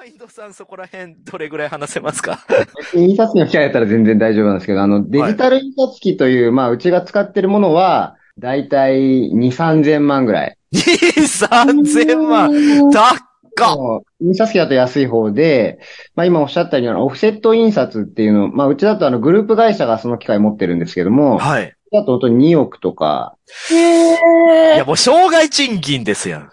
インドさんそこら辺どれぐらい話せますか？ 印刷機の機械だったら全然大丈夫なんですけど、デはい。 ジタル印刷機という、まあ、うちが使ってるものは、だいたい2、3000万ぐらい。 2、3000万。高っ。 もう印刷機だと安い方で、まあ今おっしゃったようにオフセット印刷っていうの、まあうちだとグループ会社がその機械持ってるんですけども、 はい。 だと本当に2億とか、 いや、もう、生涯賃金ですやん。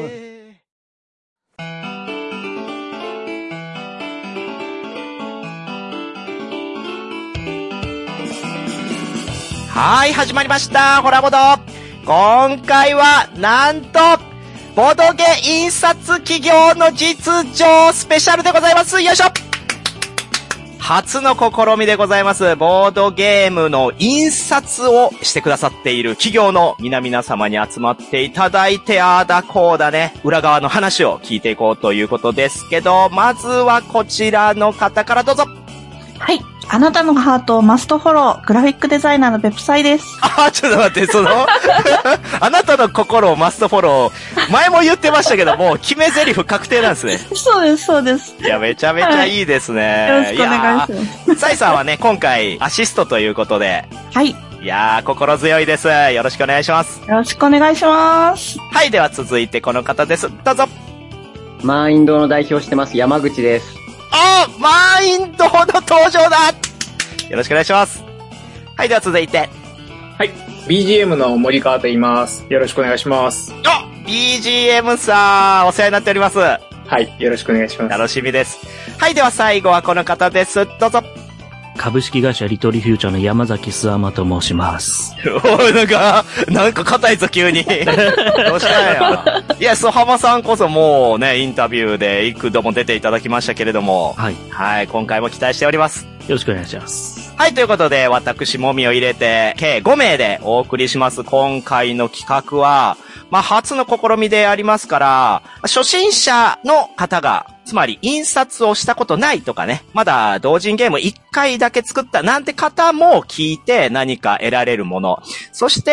はい、始まりました。ホラボド。今回は、なんと、ボドゲ印刷企業の実情スペシャルでございます。よいしょ。初の試みでございます。ボードゲームの印刷をしてくださっている企業の皆様に集まっていただいて、あーだこーだね、裏側の話を聞いていこうということですけど、まずはこちらの方からどうぞ。 はい。あなたのハートをマストフォロー、グラフィックデザイナーのベプサイです。 ちょっと待って、あなたの心をマストフォロー、前も言ってましたけども、決め台詞確定なんですね。 そうです、そうです。 いや、めちゃめちゃいいですね。 よろしくお願いします。 サイさんはね、今回アシストということで。 はい。 いやー、心強いです。よろしくお願いします。 よろしくお願いします。 はい、では続いてこの方です。どうぞ。 マーインドの代表してます、山口です。 マーインドの登場だ。よろしくお願いします。はい、では続いて。 はい。BGM の森川と言います。よろしくお願いします。 BGM さん、お世話になっております。はい、よろしくお願いします。 楽しみです。はい、では最後はこの方です。どうぞ。 株式会社リトルフューチャーの山崎諏訪間と申します。 おい、なんか硬いぞ、急に。どうしたんや。いや、浜さんこそもうね、インタビューで幾度も出ていただきましたけれども。 はい。 はい、今回も期待しております。 よろしくお願いします。 はい、ということで、私もみを入れて、計5名でお送りします。今回の企画は、初の試みでありますから、初心者の方が、つまり印刷をしたことないとかね、まだ同人ゲーム1回だけ作ったなんて方も聞いて何か得られるもの。そして、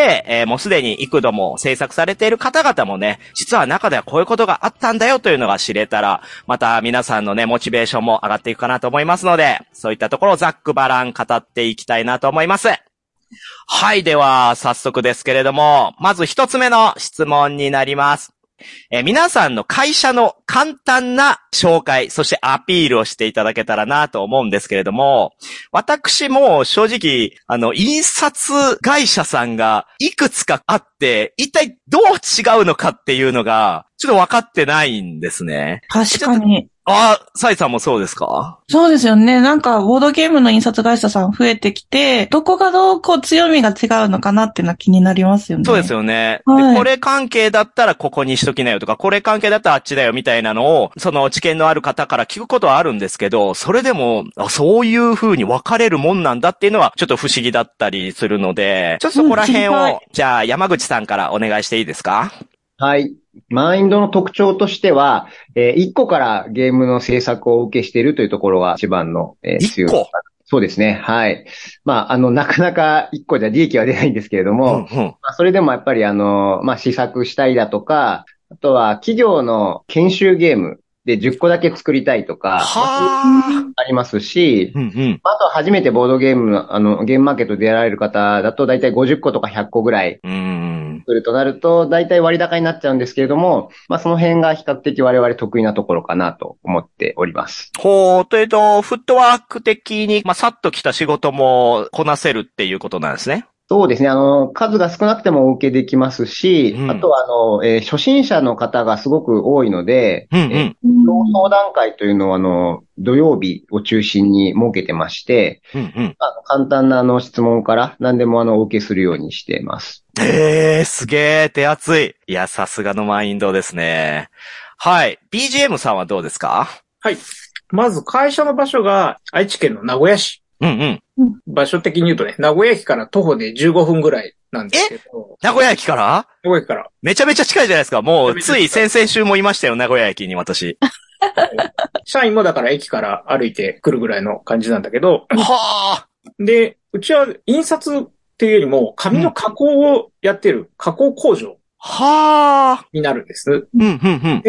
もうすでに幾度も制作されている方々もね、実は中ではこういうことがあったんだよというのが知れたら、また皆さんのね、モチベーションも上がっていくかなと思いますので、そういったところをざっくばらん語っていきたいなと思います。はい、では早速ですけれども、まず一つ目の質問になります。皆さんの会社の簡単な紹介、そしてアピールをしていただけたらなと思うんですけれども、私も正直、印刷会社さんがいくつかあって、一体どう違うのかっていうのが、ちょっと分かってないんですね。 確かに。 サイさんもそうですか？ そうですよね。なんか、ボードゲームの印刷会社さん増えてきて、どこが強みが違うのかなっていうのは気になりますよね。 そうですよね。 はい、 で、これ関係だったらここにしときなよとか、これ関係だったらあっちだよみたいなのを、その知見のある方から聞くことはあるんですけど、それでも、そういう風に分かれるもんなんだっていうのは、ちょっと不思議だったりするので、ちょっとそこら辺を、じゃあ山口さんからお願いしていいですか？ はい。マインドの特徴としては、1個からゲームの制作を受けしているというところが一番の、 強さ。そうですね。はい。なかなか1個じゃ利益は出ないんですけれども、それでもやっぱり試作したいだとか、あとは企業の研修ゲームで10個だけ作りたいとか、ありますし、あとは初めてボードゲームの、ゲームマーケットで出られる方だとだいたい50個とか100個ぐらい、作るとなると、だいたい割高になっちゃうんですけれども、その辺が比較的我々得意なところかなと思っております。 フットワーク的に、さっと来た仕事もこなせるっていうことなんですね。 そうですね。数が少なくてもお受けできますし、あとは、初心者の方がすごく多いので、相談会というのを、土曜日を中心に設けてまして、簡単な質問から何でもお受けするようにしています。 すげー、手厚い。いや、さすがのマインドですね。はい。BGM さんはどうですか？ はい。まず会社の場所が愛知県の名古屋市。場所的に言うとね、名古屋駅から徒歩で15分ぐらいなんですけど。 名古屋駅から？ 名古屋駅から。 めちゃめちゃ近いじゃないですか。もう、つい先々週もいましたよ、名古屋駅に私。 社員もだから駅から歩いてくるぐらいの感じなんだけど。 はぁ。で、うちは印刷っていうよりも、紙の加工をやってる加工工場。 はぁ。 になるんです。で、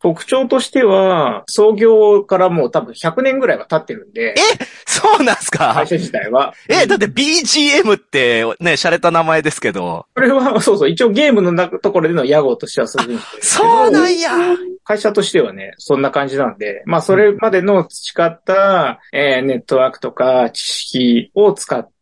特徴としては、創業からもう多分100年ぐらいは経ってるんで。 そうなんすか？ 会社自体は。 だって BGM ってね、洒落た名前ですけど。 これは、そうそう、一応ゲームのところでの屋号としてはそういうそうなんや。 会社としてはね、そんな感じなんで、まあそれまでの培った、ネットワークとか知識を使って、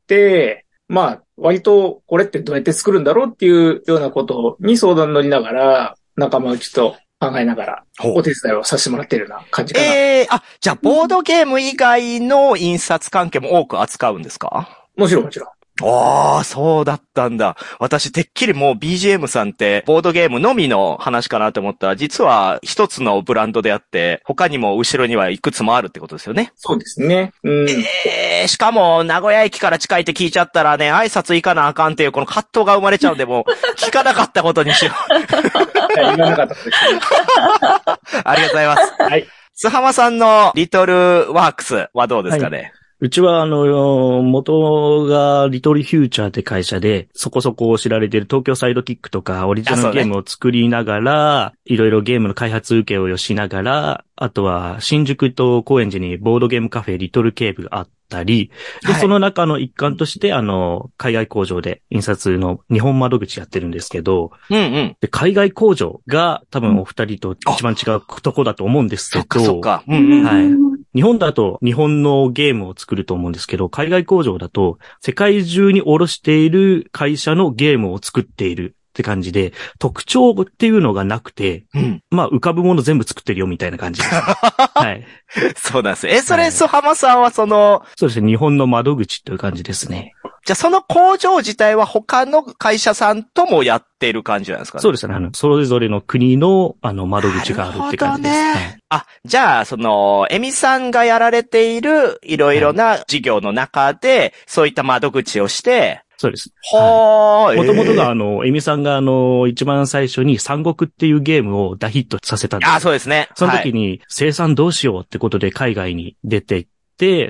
まあ割とこれってどうやって作るんだろうっていうようなことに相談乗りながら、仲間内と考えながら、お手伝いをさせてもらってるような感じかな。 じゃあボードゲーム以外の印刷関係も多く扱うんですか？ もちろんもちろん。 そうだったんだ。私、てっきりもう BGM さんって、ボードゲームのみの話かなと思ったら、実は一つのブランドであって、他にも後ろにはいくつもあるってことですよね。 そうですね。 しかも、名古屋駅から近いって聞いちゃったらね、挨拶行かなあかんっていう、この葛藤が生まれちゃうんで、もう、聞かなかったことにしよう。 言わなかったですね。 ありがとうございます。 はい。 須浜さんのリトルワークスはどうですかね？ うちは元がリトルフューチャーって会社で、そこそこ知られている東京サイドキックとかオリジナルゲームを作りながら、いろいろゲームの開発受けをしながら、あとは新宿と高円寺にボードゲームカフェリトルケーブがあったり、で、その中の一環として、海外工場で印刷の日本窓口やってるんですけど、で、海外工場が多分お二人と一番違うとこだと思うんですけど、 そっか。 はい。日本だと日本のゲームを作ると思うんですけど、海外工場だと世界中に卸している会社のゲームを作っているって感じで、特徴っていうのがなくて、まあ浮かぶもの全部作ってるよみたいな感じです。はい。 そうなんです。それ、須浜さんはそうですね、日本の窓口という感じですね。 じゃあその工場自体は他の会社さんともやっている感じなんですかね？ そうですね。それぞれの国の窓口があるって感じです。ね。 じゃあエミさんがやられているいろいろな事業の中で、そういった窓口をして、 そうです。 もともとがエミさんが一番最初に三国っていうゲームを大ヒットさせたんです。 そうですね。 その時に生産どうしようってことで海外に出て行って、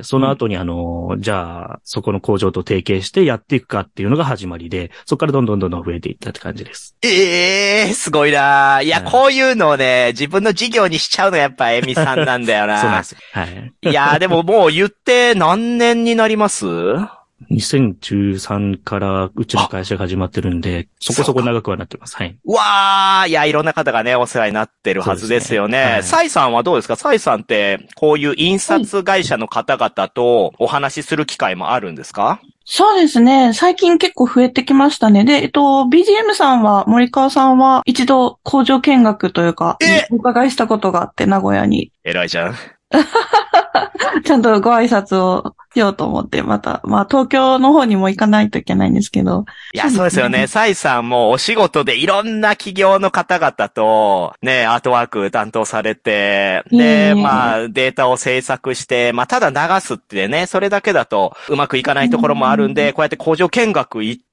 その後にじゃあそこの工場と提携してやっていくかっていうのが始まりで、そこからどんどん増えていったって感じです。 すごいな。いや、こういうのをね、自分の事業にしちゃうのがやっぱエミさんなんだよな。 そうなんです。はい。 いや、でももう言って何年になります？ 2013からうちの会社が始まってるんで、そこそこ長くはなってます。はい。 いや、いろんな方がね、お世話になってるはずですよね。サイさんはどうですか？サイさんって、こういう印刷会社の方々とお話しする機会もあるんですか？ そうですね。最近結構増えてきましたね。で、BGM さんは、森川さんは一度工場見学というか、お伺いしたことがあって、名古屋に。 偉いじゃん。 ちゃんとご挨拶をしようと思って、また、東京の方にも行かないといけないんですけど。 いや、そうですよね。サイさんもお仕事でいろんな企業の方々と、ね、アートワーク担当されて、で、データを制作して、ただ流すってね、それだけだとうまくいかないところもあるんで、こうやって工場見学行って、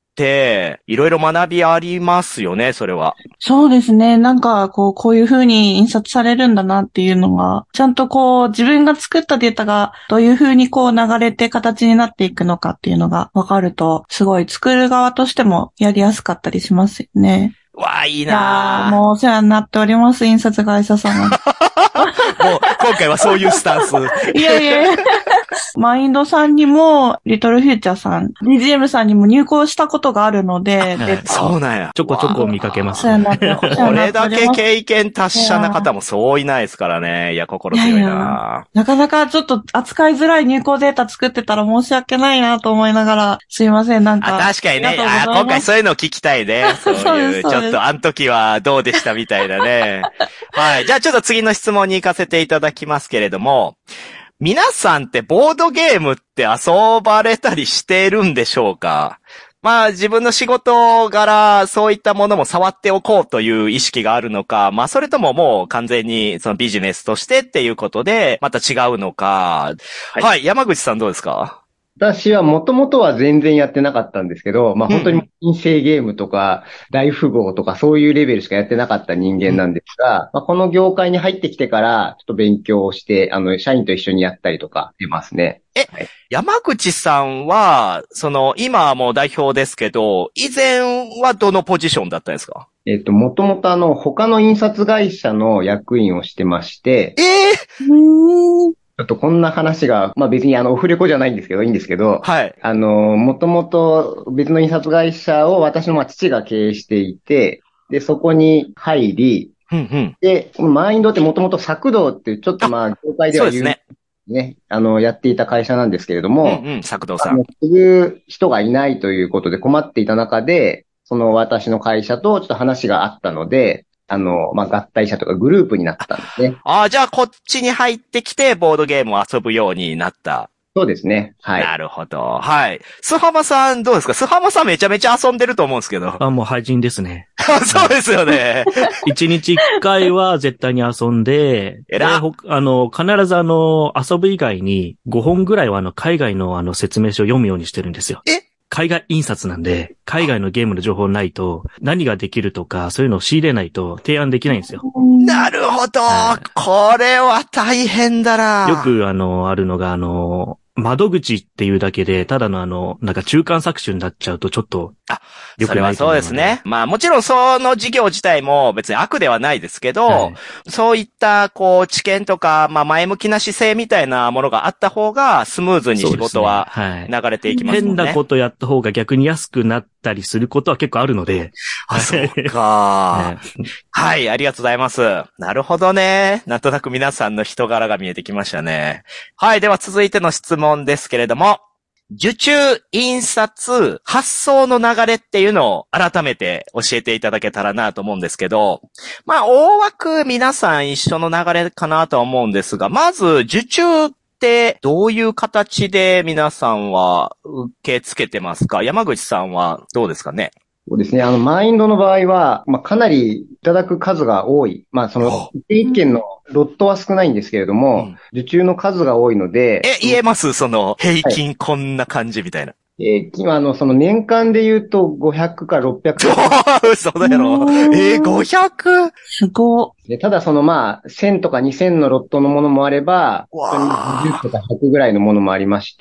いろいろ学びありますよね、それは。 そうですね。なんか、こういう風に印刷されるんだなっていうのが、ちゃんと自分が作ったデータがどういう風に流れて形になっていくのかっていうのが分かると、すごい作る側としてもやりやすかったりしますよね。 いいなぁ。 もうお世話になっております、印刷会社様。 もう、今回はそういうスタンス。 いや。マインドさんにも、リトルフューチャーさん、BGM さんにも入稿したことがあるので、 そうなんや。 ちょこちょこ見かけます。 これだけ経験達者な方もそういないですからね。いや、心強いな。 なかなかちょっと扱いづらい入稿データ作ってたら申し訳ないなと思いながら、すいません、なんか。 確かにね。今回そういうの聞きたいね。そういう、ちょっとあの時はどうでしたみたいなね。はい。じゃあちょっと次の質問に行かせていただきますけれども、皆さんってボードゲームって遊ばれたりしてるんでしょうか？自分の仕事柄、そういったものも触っておこうという意識があるのか、それとももう完全にそのビジネスとしてっていうことで、また違うのか。はい、山口さんどうですか？ 私はもともとは全然やってなかったんですけど、まあ本当に陰性ゲームとか大富豪とかそういうレベルしかやってなかった人間なんですが、まあこの業界に入ってきてからちょっと勉強をして、社員と一緒にやったりとかしてますね。はい、 山口さんは、今はもう代表ですけど、以前はどのポジションだったんですか？ もともと他の印刷会社の役員をしてまして、ちょっとこんな話が、まあ別にオフレコじゃないんですけど、いいんですけど、 はい。 もともと別の印刷会社を私の父が経営していて、で、そこに入り、 うんうん、 で、マインドってもともと作動っていうちょっとまあ業界では言うね、やっていた会社なんですけれども、 作動さん。 継ぐ人がいないということで困っていた中で、私の会社とちょっと話があったので、まあ、合体社とかグループになったんですね。 じゃあこっちに入ってきて、ボードゲームを遊ぶようになった。 そうですね。はい。 なるほど。はい。須浜さんどうですか？須浜さんめちゃめちゃ遊んでると思うんですけど。 もう廃人ですね。 そうですよね。 1日1回は絶対に遊んで、必ず遊ぶ以外に5本ぐらいは海外の説明書を読むようにしてるんですよ。海外印刷なんで、海外のゲームの情報ないと、何ができるとか、そういうのを仕入れないと提案できないんですよ。 なるほど。これは大変だな。 よくあるのが窓口っていうだけで、ただのなんか中間搾取になっちゃうとちょっと、 よくないと思うので。それはそうですね。まあもちろんその事業自体も別に悪ではないですけど、はい、そういった知見とか、まあ前向きな姿勢みたいなものがあった方がスムーズに仕事は流れていきますもんね。 変なことやった方が逆に安くなったりすることは結構あるので。 そうか。はい、ありがとうございます。なるほどね。なんとなく皆さんの人柄が見えてきましたね。はい、では続いての質問ですけれども、受注、印刷、発送の流れっていうのを改めて教えていただけたらなと思うんですけど、まあ大枠皆さん一緒の流れかなとは思うんですが、まず受注ってどういう形で皆さんは受け付けてますか？山口さんはどうですかね？ そうですね。マインドの場合は、まあ、かなりいただく数が多い。まあ、一件のロットは少ないんですけれども、受注の数が多いので。 言えます平均こんな感じみたいな。 今年間で言うと500か600。 嘘だよ。500? すごい。ただまあ、1000とか2000のロットのものもあれば、50とか100ぐらいのものもありまして、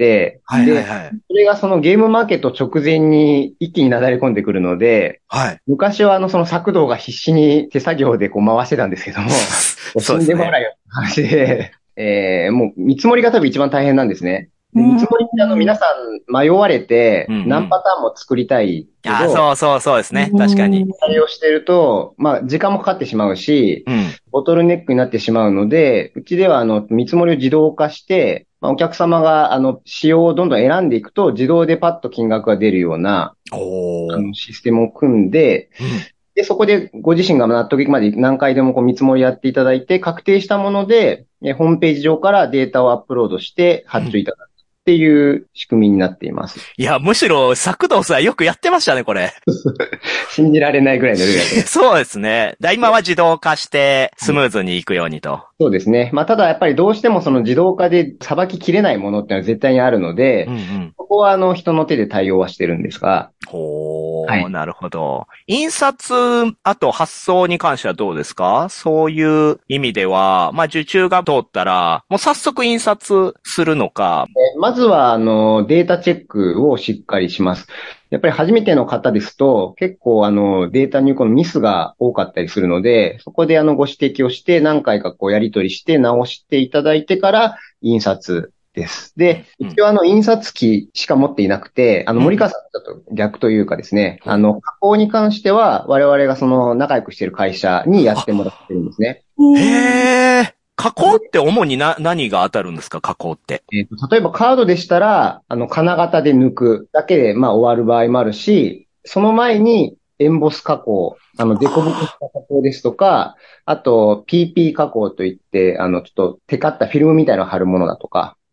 はいはいはい。 それがゲームマーケット直前に一気になだれ込んでくるので、 はい。 昔は作動が必死に手作業で回してたんですけども、死んでもらえよって話で、もう見積もりが多分一番大変なんですね。見積もりって皆さん迷われて、何パターンも作りたいけど、 そうですね。確かに。 対応してると、まあ、時間もかかってしまうし、ボトルネックになってしまうので、うちでは見積もりを自動化して、まあ、お客様が仕様をどんどん選んでいくと、自動でパッと金額が出るような、システムを組んで、で、そこでご自身が納得いくまで何回でも見積もりやっていただいて、確定したもので、ホームページ上からデータをアップロードして発注いただく。っていう仕組みになっています。 いや、むしろ、作動さんよくやってましたね、これ。 信じられないぐらいのルールだと。 そうですね。今は自動化して、スムーズにいくようにと。 そうですね。まあ、ただやっぱりどうしても自動化でさばききれないものってのは絶対にあるので、そこは人の手で対応はしてるんですが。 なるほど。印刷、あと発送に関してはどうですか？そういう意味では、まあ、受注が通ったら、もう早速印刷するのか。 まずは、データチェックをしっかりします。やっぱり初めての方ですと、結構データ入稿のミスが多かったりするので、そこでご指摘をして何回かやり取りして直していただいてから印刷です。で、一応印刷機しか持っていなくて、森川さんとちょっと逆というかですね、加工に関しては我々が仲良くしている会社にやってもらってるんですね。 へー。加工って主に何が当たるんですか？加工って。 例えばカードでしたら、金型で抜くだけで、まあ終わる場合もあるし、その前にエンボス加工、デコボコした加工ですとか、あと PP 加工といって、ちょっとテカったフィルムみたいなのを貼るものだとか、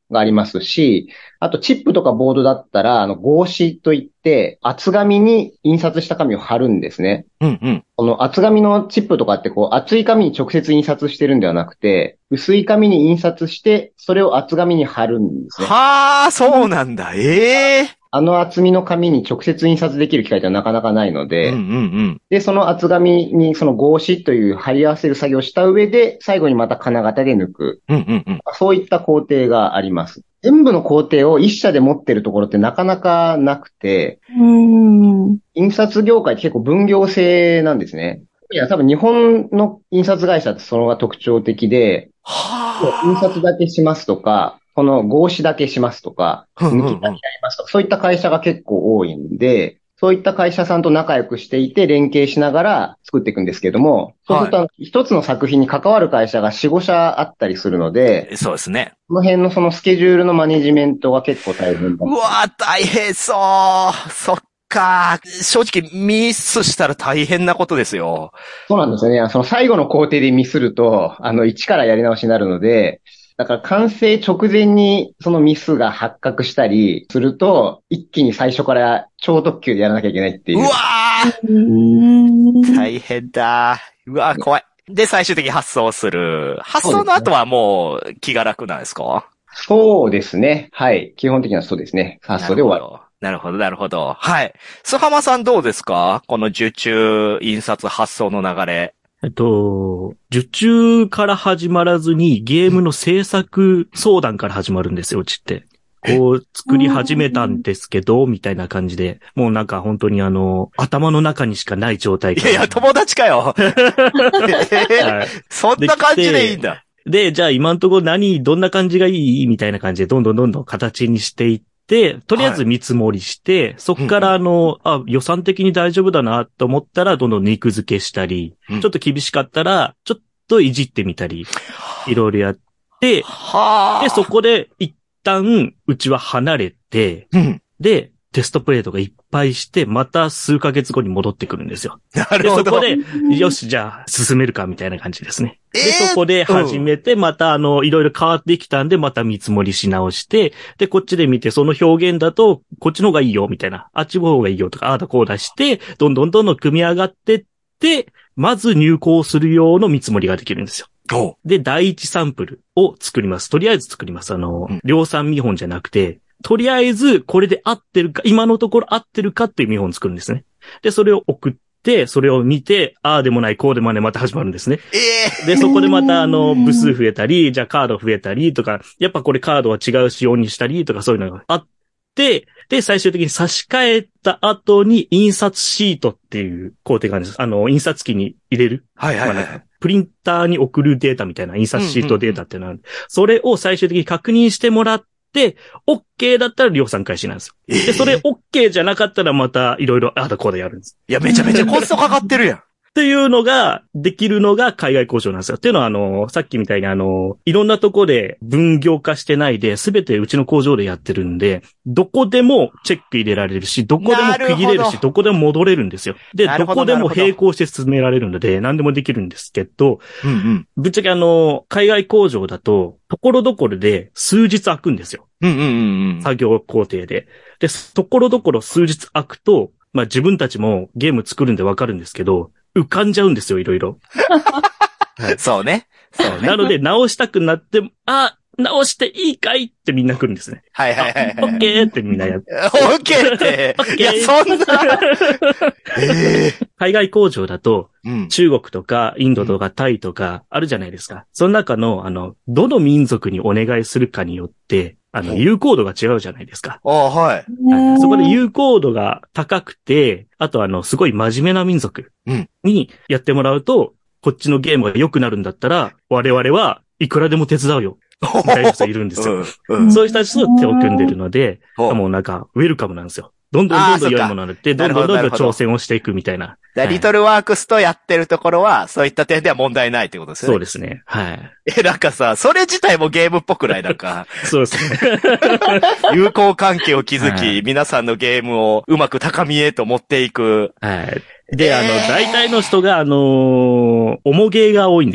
がありますし、あとチップとかボードだったら、合紙といって、厚紙に印刷した紙を貼るんですね。 うんうん。 この厚紙のチップとかって厚い紙に直接印刷してるんではなくて、薄い紙に印刷して、それを厚紙に貼るんですね。 はあ、そうなんだ。 厚みの紙に直接印刷できる機会ってなかなかないので、 うんうんうん。 で、その厚紙にその合紙という貼り合わせる作業をした上で、最後にまた金型で抜く。 うんうんうん。 そういった工程があります。全部の工程を一社で持ってるところってなかなかなくて、印刷業界って結構分業制なんですね。いや、多分日本の印刷会社ってそのが特徴的で、印刷だけしますとか、この合紙だけしますとか、抜きだけやりますとか、そういった会社が結構多いんで、そういった会社さんと仲良くしていて連携しながら作っていくんですけども、そうすると一つの作品に関わる会社が4、5社あったりするので、 そうですね。 この辺のそのスケジュールのマネジメントが結構大変だ。 うわー、大変そう。そっか。正直ミスしたら大変なことですよ。 そうなんですよね。その最後の工程でミスると、一からやり直しになるので、だから完成直前にそのミスが発覚したりすると、一気に最初から超特急でやらなきゃいけないっていう。 うわー大変だ。うわー怖い。で、最終的に発送する。発送の後はもう気が楽なんですか？ そうですね。はい。基本的にはそうですね。発送で終わる。 なるほど、なるほど。はい。須浜さんどうですか？この受注、印刷、発送の流れ。 受注から始まらずにゲームの制作相談から始まるんですよ、うちって。作り始めたんですけど、みたいな感じで。もうなんか本当に頭の中にしかない状態。 いやいや、友達かよ。はい、そんな感じでいいんだ。 で、じゃあ今のところどんな感じがいいみたいな感じでどんどん形にしていって、とりあえず見積もりして、そっから予算的に大丈夫だなと思ったら、どんどん肉付けしたり、ちょっと厳しかったら、ちょっといじってみたり、いろいろやって、で、そこで一旦、うちは離れて、で、テストプレイとかいっぱいして、また数ヶ月後に戻ってくるんですよ。 なるほど。 で、そこで、よし、じゃあ、進めるか、みたいな感じですね。で、そこで始めて、また、いろいろ変わってきたんで、また見積もりし直して、で、こっちで見て、その表現だと、こっちの方がいいよ、みたいな。あっちの方がいいよ、とか、ああだこうだして、どんどん組み上がってって、まず入稿する用の見積もりができるんですよ。で、第一サンプルを作ります。とりあえず作ります。量産見本じゃなくて、とりあえず、これで合ってるか、今のところ合ってるかっていう見本を作るんですね。で、それを送って、それを見て、ああでもない、こうでもない、また始まるんですね。で、そこでまた、部数増えたり、じゃあカード増えたりとか、やっぱこれカードは違う仕様にしたりとか、そういうのがあって、で、最終的に差し替えた後に、印刷シートっていう工程があるんです。印刷機に入れる。 はいはいはい。 プリンターに送るデータみたいな印刷シートデータっていうのがある。それを最終的に確認してもらって、OK だったら量産開始なんですよ。で、それ OK じゃなかったらまたいろいろ、ああだこうだやるんです。 いや、めちゃめちゃコストかかってるやん。 っていうのが、できるのが海外交渉なんですよ。っていうのはさっきみたいにいろんなとこで分業化してないで、すべてうちの工場でやってるんで、どこでもチェック入れられるし、どこでも区切れるし、どこでも戻れるんですよ。で、どこでも並行して進められるので、何でもできるんですけど、ぶっちゃけ海外工場だと、ところどころで数日空くんですよ。作業工程で。で、ところどころ数日空くと、まあ自分たちもゲーム作るんでわかるんですけど、浮かんじゃうんですよ、いろいろ。 はい、そうね。そうね。 なので、直したくなって、直していいかいってみんな来るんですね。 はいはいはい。 オッケーってみんなやって。 オッケーって。いや、そんな。 海外工場だと、中国とかインドとかタイとかあるじゃないですか。その中の、どの民族にお願いするかによって、有効度が違うじゃないですか。 はい。 そこで有効度が高くて、あとすごい真面目な民族にやってもらうと、こっちのゲームが良くなるんだったら、我々はいくらでも手伝うよ。みたいな人いるんですよ。そういう人たちと手を組んでるので、もうなんか、ウェルカムなんですよ。どんどん良いものになって、どんどん挑戦をしていくみたいな。 リトルワークスとやってるところは、そういった点では問題ないってことですよね。 そうですね。はい。 なんかさ、それ自体もゲームっぽくないなんか。 そうですね。 友好関係を築き、皆さんのゲームをうまく高みへと持っていく。 はい。で、大体の人が、重ゲーが多いんですよ。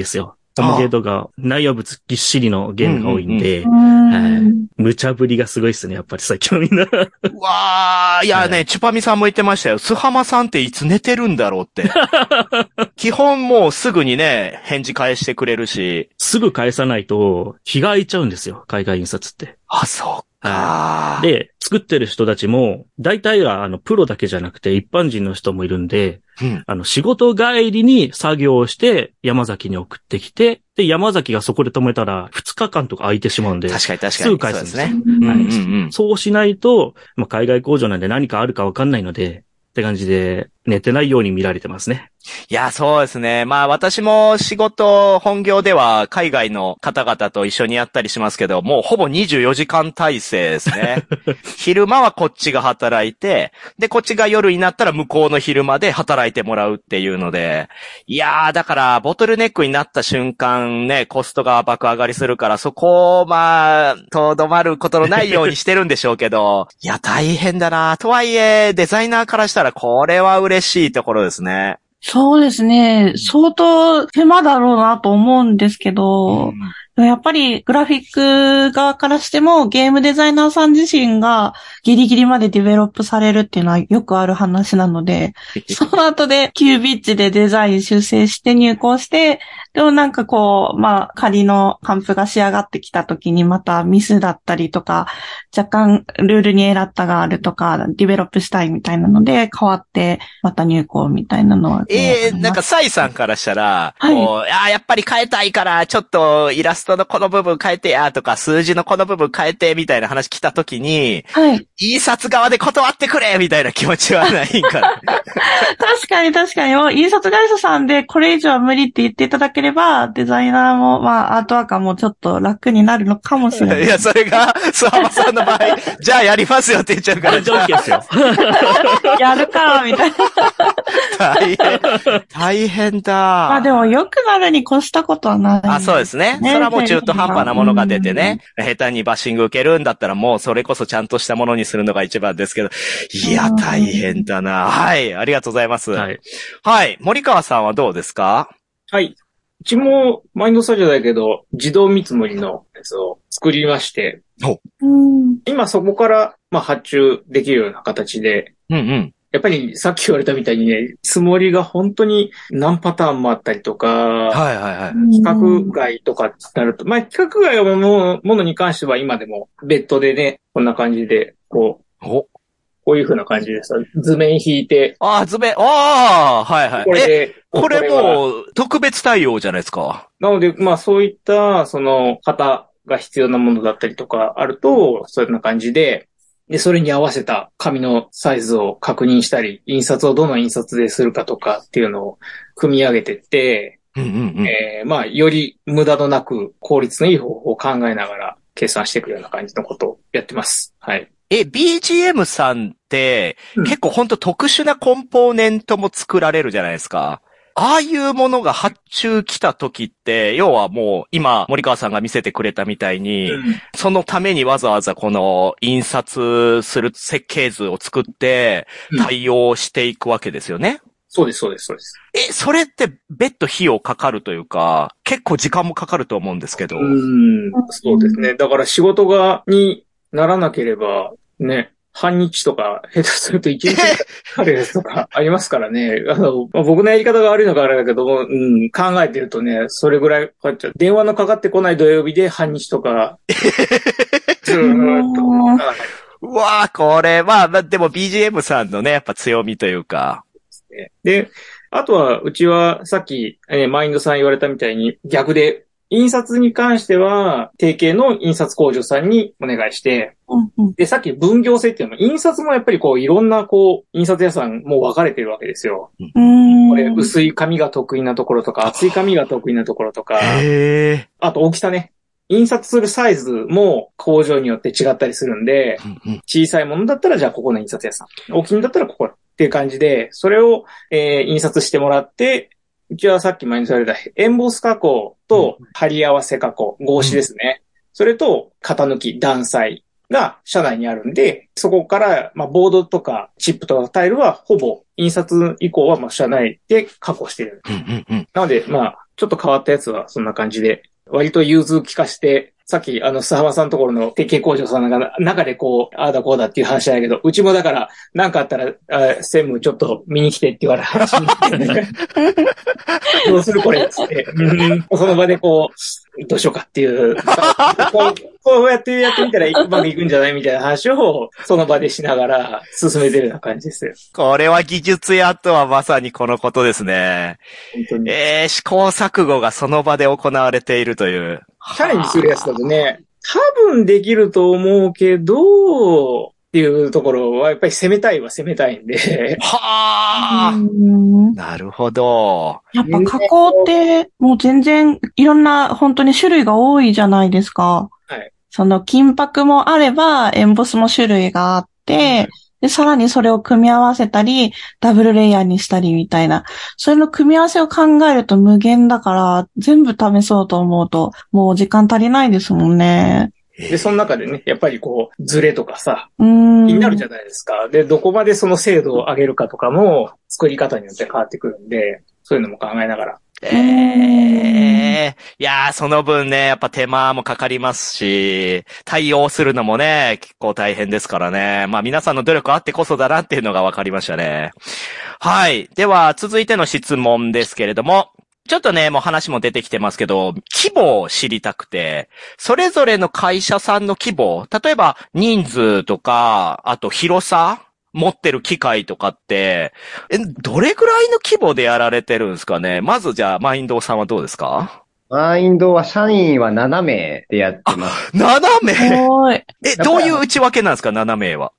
コマゲーとか内容物ぎっしりのゲームが多いんで、無茶ぶりがすごいですね、やっぱり最近のみんな。 うわー、いやね、チュパミさんも言ってましたよ。スハマさんっていつ寝てるんだろうって。基本もうすぐにね、返事返してくれるし。 すぐ返さないと、日が空いちゃうんですよ、海外印刷って。 あ、そうか。 で、作ってる人たちも、大体はプロだけじゃなくて一般人の人もいるんで、仕事帰りに作業をして山崎に送ってきて、で、山崎がそこで止めたら2日間とか空いてしまうんで、 確かに。 すぐ返すんですね。 はい。 そうしないと、海外工場なんで何かあるかわかんないので、って感じで、寝てないように見られてますね。 いや、そうですね。私も仕事、本業では海外の方々と一緒にやったりしますけど、もうほぼ24時間体制ですね。昼間はこっちが働いて、で、こっちが夜になったら向こうの昼間で働いてもらうっていうので、いやー、だからボトルネックになった瞬間ね、コストが爆上がりするから、そこをとどまることのないようにしてるんでしょうけど、いや、大変だな。とはいえ、デザイナーからしたらこれは嬉しいところですね。 そうですね。相当手間だろうなと思うんですけど、やっぱりグラフィック側からしてもゲームデザイナーさん自身がギリギリまでディベロップされるっていうのはよくある話なので、その後でキュービッチでデザイン修正して入稿して、でもなんか仮の還付が仕上がってきた時にまたミスだったりとか、若干ルールにエラッタがあるとか、ディベロップしたいみたいなので変わってまた入稿みたいなのは。 なんかサイさんからしたら、 はい、 やっぱり変えたいから、ちょっとイラストのこの部分変えてや、とか、数字のこの部分変えて、みたいな話来た時に、 はい。 印刷側で断ってくれみたいな気持ちはないんかな。 確かに、印刷会社さんでこれ以上は無理って言っていただければ、デザイナーも、アートワーカーもちょっと楽になるのかもしれない。 いや、それが、スハマさんの場合、じゃあやりますよって言っちゃうから。 じゃあ OK ですよ。 やるか、みたいな。 大変だ。 でも良くなるに越したことはない。 そうですね。それはもう中途半端なものが出てね、下手にバッシング受けるんだったらもうそれこそちゃんとしたものにするのが一番ですけど、いや、大変だな。はい、ありがとうございます。はい。はい、森川さんはどうですか？ はい。うちもマインドスタジオだけど、自動見積もりのやつを作りまして、今そこから、発注できるような形で、やっぱりさっき言われたみたいにね、積もりが本当に何パターンもあったりとか、規格外とかってなると、規格外のものに関しては今でも別途でね、こんな感じで、こういう風な感じでさ、図面引いて。 図面、はいはい。これもう特別対応じゃないですか。 なので、そういった、型が必要なものだったりとかあると、そういうような感じで、それに合わせた紙のサイズを確認したり、印刷をどの印刷でするかとかっていうのを組み上げてって、より無駄のなく効率のいい方法を考えながら計算していくような感じのことをやってます。はい。 BGM さんって、結構ほんと特殊なコンポーネントも作られるじゃないですか。ああいうものが発注来た時って、要はもう今森川さんが見せてくれたみたいに、そのためにわざわざこの印刷する設計図を作って対応していくわけですよね。 そうです。 それって別途費用かかるというか、結構時間もかかると思うんですけど。 そうですね。だから仕事にならなければ、ね。半日とか、下手すると1日かかるやつとかありますからね。僕のやり方が悪いのかあれだけども、考えてるとね、それぐらいかかっちゃう。電話のかかってこない土曜日で半日とか、ずーっと。 うわぁ、これ、でも BGM さんのね、やっぱ強みというか。 で、あとは、うちはさっき、マインドさん言われたみたいに逆で、印刷に関しては、提携の印刷工場さんにお願いして、で、さっき分業制っていうのも、印刷もやっぱりいろんな印刷屋さんも分かれてるわけですよ。これ、薄い紙が得意なところとか、厚い紙が得意なところとか、あと大きさね。印刷するサイズも工場によって違ったりするんで、小さいものだったらじゃあここの印刷屋さん。大きいんだったらここっていう感じで、それを、印刷してもらって、うちはさっき前にされたエンボス加工と貼り合わせ加工、合紙ですね。それと型抜き、断裁が社内にあるんで、そこから、ボードとかチップとかタイルはほぼ印刷以降は社内で加工している。なので、 ちょっと変わったやつはそんな感じで、割と融通利かして、さっき須浜さんのところの鉄拳工場さんが中でこう、ああだこうだっていう話じゃないけど、うちもだから、なんかあったら、専務ちょっと見に来てって言われる話になってね。どうするこれっつって、その場でこう、どうしようかっていう、こうやってみたらうまくいくんじゃないみたいな話を、その場でしながら進めてるような感じですよ。 これは技術屋とはまさにこのことですね。 本当に。 試行錯誤がその場で行われているという。 チャレンジするやつだとね、多分できると思うけど、っていうところはやっぱり攻めたいんで。 はあ。なるほど。 やっぱ加工ってもう全然いろんな本当に種類が多いじゃないですか。 はい。 その金箔もあればエンボスも種類があって、で、さらにそれを組み合わせたり、ダブルレイヤーにしたりみたいな。それの組み合わせを考えると無限だから、全部試そうと思うと、もう時間足りないですもんね。 で、その中でね、やっぱりこう、ズレとかさ、気になるじゃないですか。で、どこまでその精度を上げるかとかも、作り方によって変わってくるんで、そういうのも考えながら。 いやー、その分ね、やっぱ手間もかかりますし、対応するのもね、結構大変ですからね。まあ皆さんの努力あってこそだなっていうのが分かりましたね。はい。では、続いての質問ですけれども、ちょっとね、もう話も出てきてますけど、規模を知りたくて、それぞれの会社さんの規模、例えば人数とか、あと広さ持ってる機械とかって、どれぐらいの規模でやられてるんですかね。まずじゃあ、マインドーさんはどうですか？ マインドは社員は7名でやってます。 7名？ おい。 どういう内訳なんですか、7名は。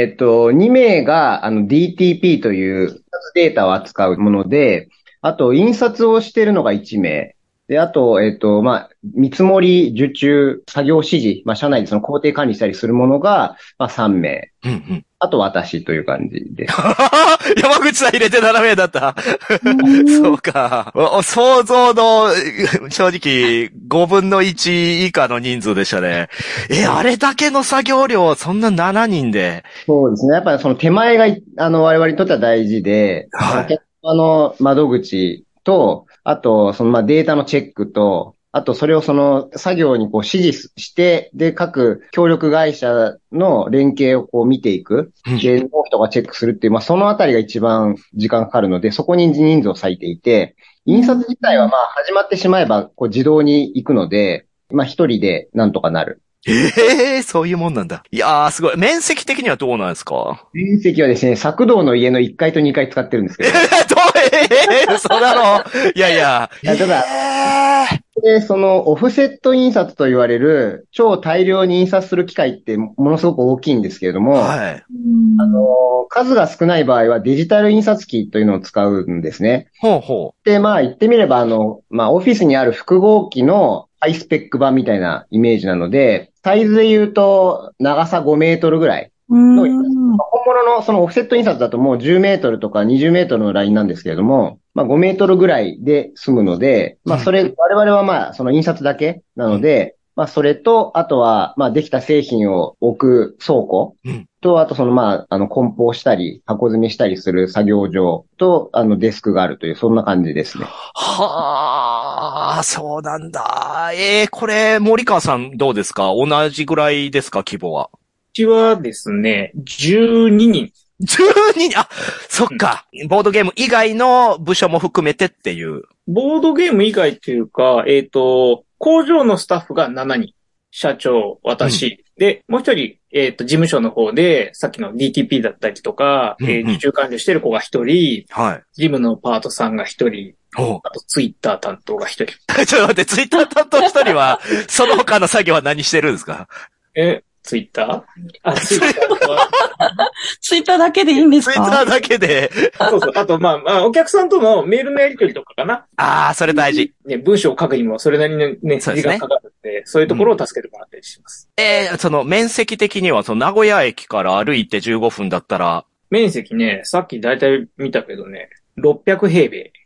2名がDTP というデータを扱うもので、あと、印刷をしているのが1名。で、あと、見積もり、受注、作業指示、社内でその工程管理したりするものが、3名。あと、私という感じです。 山口さん入れて7名だった。そうか。想像の、正直、5分の1以下の人数でしたね。あれだけの作業量、そんな7人で。 そうですね。やっぱりその手前が、我々にとっては大事で、 はい。 窓口と、あと、データのチェックと、あと、それを作業に指示して、で、各協力会社の連携を見ていく。で、納期とかチェックするっていう、そのあたりが一番時間かかるので、そこに人数を割いていて、印刷自体は始まってしまえば、自動に行くので、一人でなんとかなる。 そういうもんなんだ。いやー、すごい。面積的にはどうなんですか？ 面積はですね、作動の家の1階と2階使ってるんですけど。 そうなの？いやいや。 ただ、で、オフセット印刷と言われる超大量に印刷する機械ってものすごく大きいんですけれども、 はい。 数が少ない場合はデジタル印刷機というのを使うんですね。 ほうほう。 で、言ってみればオフィスにある複合機のハイスペック版みたいなイメージなので、サイズで言うと長さ5メートルぐらいの、本物のそのオフセット印刷だともう10メートルとか20メートルのラインなんですけれども、5メートルぐらいで済むので、我々はその印刷だけなので、それと、あとは、できた製品を置く倉庫と、あと梱包したり、箱詰めしたりする作業場と、デスクがあるという、そんな感じですね。 はあ、そうなんだ。これ、森川さんどうですか？同じぐらいですか、規模は。 うちはですね、12人。 12人、そっか。ボードゲーム以外の部署も含めてっていう。 ボードゲーム以外っていうか、工場のスタッフが7人。社長、私。で、もう一人、事務所の方で、さっきの DTP だったりとか、受注管理してる子が一人、 はい。 事務のパートさんが一人、あとツイッター担当が一人。 ちょっと待って、ツイッター担当一人は、その他の作業は何してるんですか？ ツイッターツイッターは。 ツイッターだけでいいんですか？ ツイッターだけで。 そうそう。あと、お客さんとのメールのやり取りとかかな。 それ大事。 ね、文章を書くにもそれなりのね、時間かかるんで、そういうところを助けてもらったりします。 面積的には、名古屋駅から歩いて15分だったら。 面積ね、さっきだいたい見たけどね、600平米。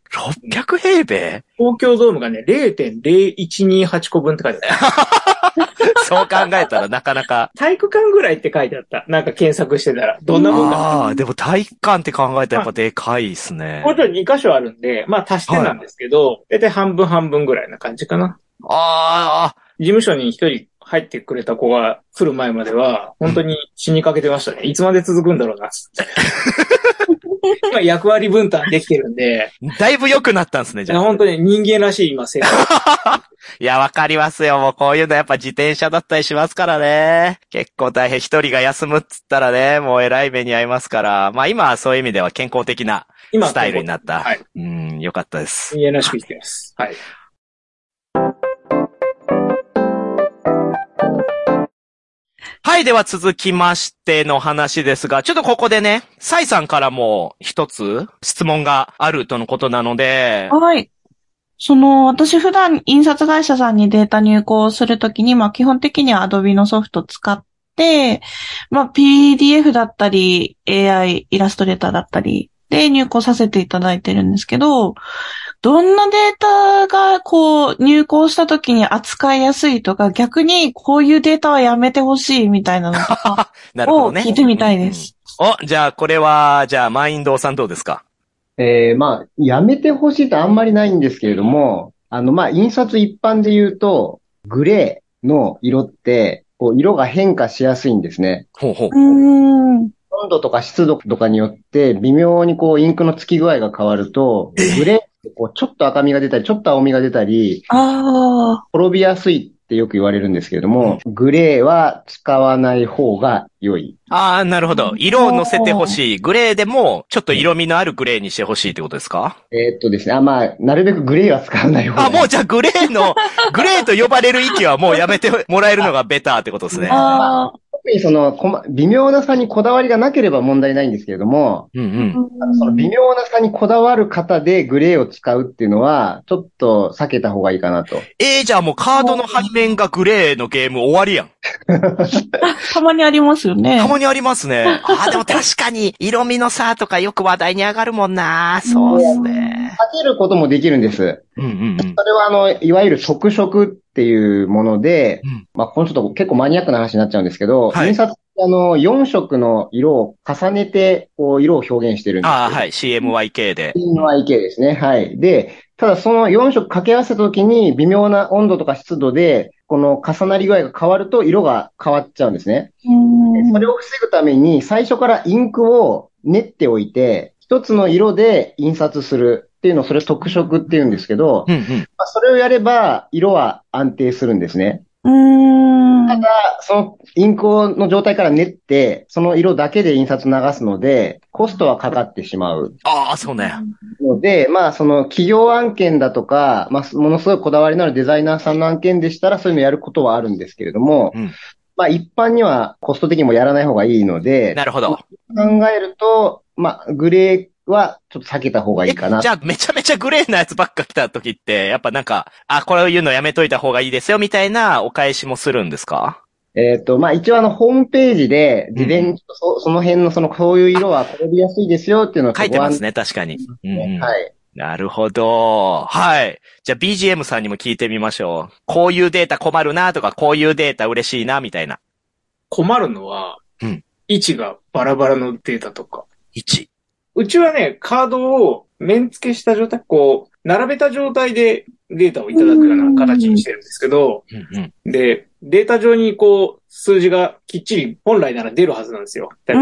600平米東京ドームがね、0.0128 個分って書いてあった。 そう考えたらなかなか。 体育館ぐらいって書いてあった。なんか検索してたら。どんなもんか。 ああ、でも体育館って考えたらやっぱでかいですね。 これ2箇所あるんで、まあ足してなんですけど、だいたい半分半分ぐらいな感じかな。 ああ。 事務所に一人入ってくれた子が来る前までは、本当に死にかけてましたね。いつまで続くんだろうな、つって。今役割分担できてるんで。 だいぶ良くなったんですね、じゃあ。 本当に人間らしい今生活。 いや、わかりますよ。もうこういうのやっぱ自転車だったりしますからね。結構大変。一人が休むっつったらね、もう偉い目に遭いますから。まあ今はそういう意味では健康的なスタイルになった。はい。よかったです。 人間らしく生きてます。はい。 はい、では続きましての話ですが、ちょっとここでね、サイさんからも一つ質問があるとのことなので。 はい。私普段印刷会社さんにデータ入稿するときに、基本的には Adobe のソフト使って、PDF だったり、AI イラストレーターだったりで入稿させていただいてるんですけど、どんなデータが入稿したときに扱いやすいとか、逆にこういうデータはやめてほしいみたいなのとかを聞いてみたいです。 じゃあこれは、マインドーさんどうですか？ やめてほしいとあんまりないんですけれども、印刷一般で言うと、グレーの色って、色が変化しやすいんですね。 ほうほう。 温度とか湿度とかによって、微妙にインクのつき具合が変わると、グレーってちょっと赤みが出たり、ちょっと青みが出たり、滅びやすいってよく言われるんですけれども、グレーは使わない方が良い。 ああ、なるほど。色を乗せてほしい。グレーでも、ちょっと色味のあるグレーにしてほしいってことですか？ ですね。なるべくグレーは使わない方がいい。 もうじゃあグレーと呼ばれる域はもうやめてもらえるのがベターってことですね。 特に微妙な差にこだわりがなければ問題ないんですけれども、その微妙な差にこだわる方でグレーを使うっていうのは、ちょっと避けた方がいいかなと。 じゃあもうカードの背面がグレーのゲーム終わりやん。 たまにありますよね。 たまにありますね。でも確かに色味の差とかよく話題に上がるもんな。そうですね。 避けることもできるんです。それはいわゆる特色っていうもので、このちょっと結構マニアックな話になっちゃうんですけど、印刷4色の色を重ねて、色を表現してるんです。 はい。CMYK で。 CMYK ですね。はい。で、ただその4色掛け合わせたときに微妙な温度とか湿度で、この重なり具合が変わると色が変わっちゃうんですね。それを防ぐために最初からインクを練っておいて、一つの色で印刷するっていうのをそれ特色っていうんですけど、それをやれば色は安定するんですね。ただ、そのインクの状態から練って、その色だけで印刷流すので、コストはかかってしまう。 そうね。 ので、その企業案件だとか、ものすごいこだわりのあるデザイナーさんの案件でしたら、そういうのやることはあるんですけれども、一般にはコスト的にもやらない方がいいので、 なるほど。 考えると、グレーはちょっと避けた方がいいかな。 じゃあめちゃめちゃグレーなやつばっか来た時って、やっぱこれを言うのやめといた方がいいですよみたいなお返しもするんですか？ 一応ホームページで、事前にその辺のこういう色は転びやすいですよっていうのを書いてますね、確かに。 はい。 なるほど。はい。じゃあ BGM さんにも聞いてみましょう。こういうデータ困るなとか、こういうデータ嬉しいなみたいな。 困るのは、位置がバラバラのデータとか。 位置。 うちはね、カードを面付けした状態、並べた状態でデータをいただくような形にしてるんですけど、で、データ上に数字がきっちり本来なら出るはずなんですよ。例えば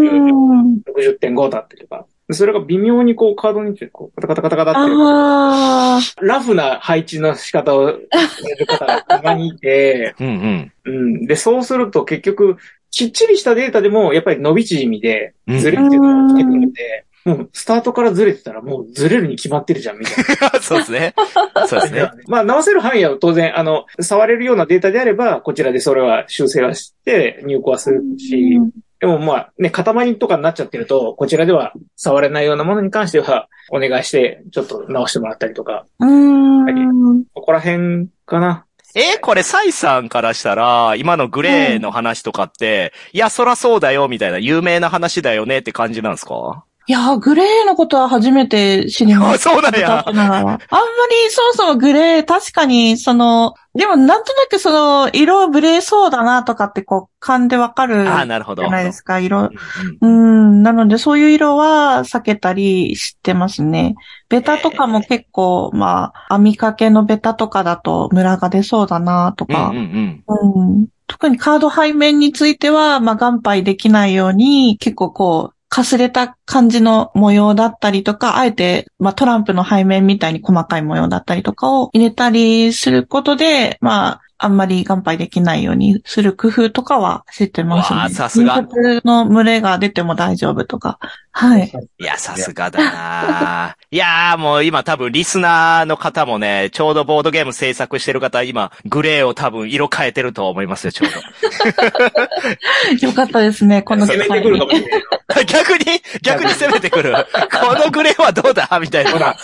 60.5 だったりとか。それが微妙にカードにカタカタカタカタってラフな配置の仕方をやる方がたまにいて、で、そうすると結局、きっちりしたデータでもやっぱり伸び縮みでずれっていうのが来てくるので、もうスタートからずれてたらもうずれるに決まってるじゃんみたいな。 そうですね。そうですね。 直せる範囲は当然、触れるようなデータであれば、こちらでそれは修正はして入稿はするし、でも塊とかになっちゃってると、こちらでは触れないようなものに関しては、お願いして、ちょっと直してもらったりとか。ここら辺かな。 これ、サイさんからしたら、今のグレーの話とかって、いや、そらそうだよ、みたいな、有名な話だよねって感じなんですか？ いやー、グレーのことは初めて知りました。 そうなんや。 あんまりそもそもグレー、確かに、でもなんとなく色ブレーそうだなとかって勘でわかる。 なるほど。 じゃないですか、色。なのでそういう色は避けたりしてますね。ベタとかも結構、網掛けのベタとかだとムラが出そうだなとか。特にカード背面については、眼配できないように、結構かすれた感じの模様だったりとか、あえて、トランプの背面みたいに細かい模様だったりとかを入れたりすることで、あんまり眼配できないようにする工夫とかは知ってますね。 さすが。 印刷の群れが出ても大丈夫とか。はい。 いや、さすがだないやもう今多分リスナーの方もね、ちょうどボードゲーム制作してる方、今、グレーを多分色変えてると思いますよ、ちょうど。よかったですね、この攻めてくるかもしれない。 逆に攻めてくる。このグレーはどうだみたいな。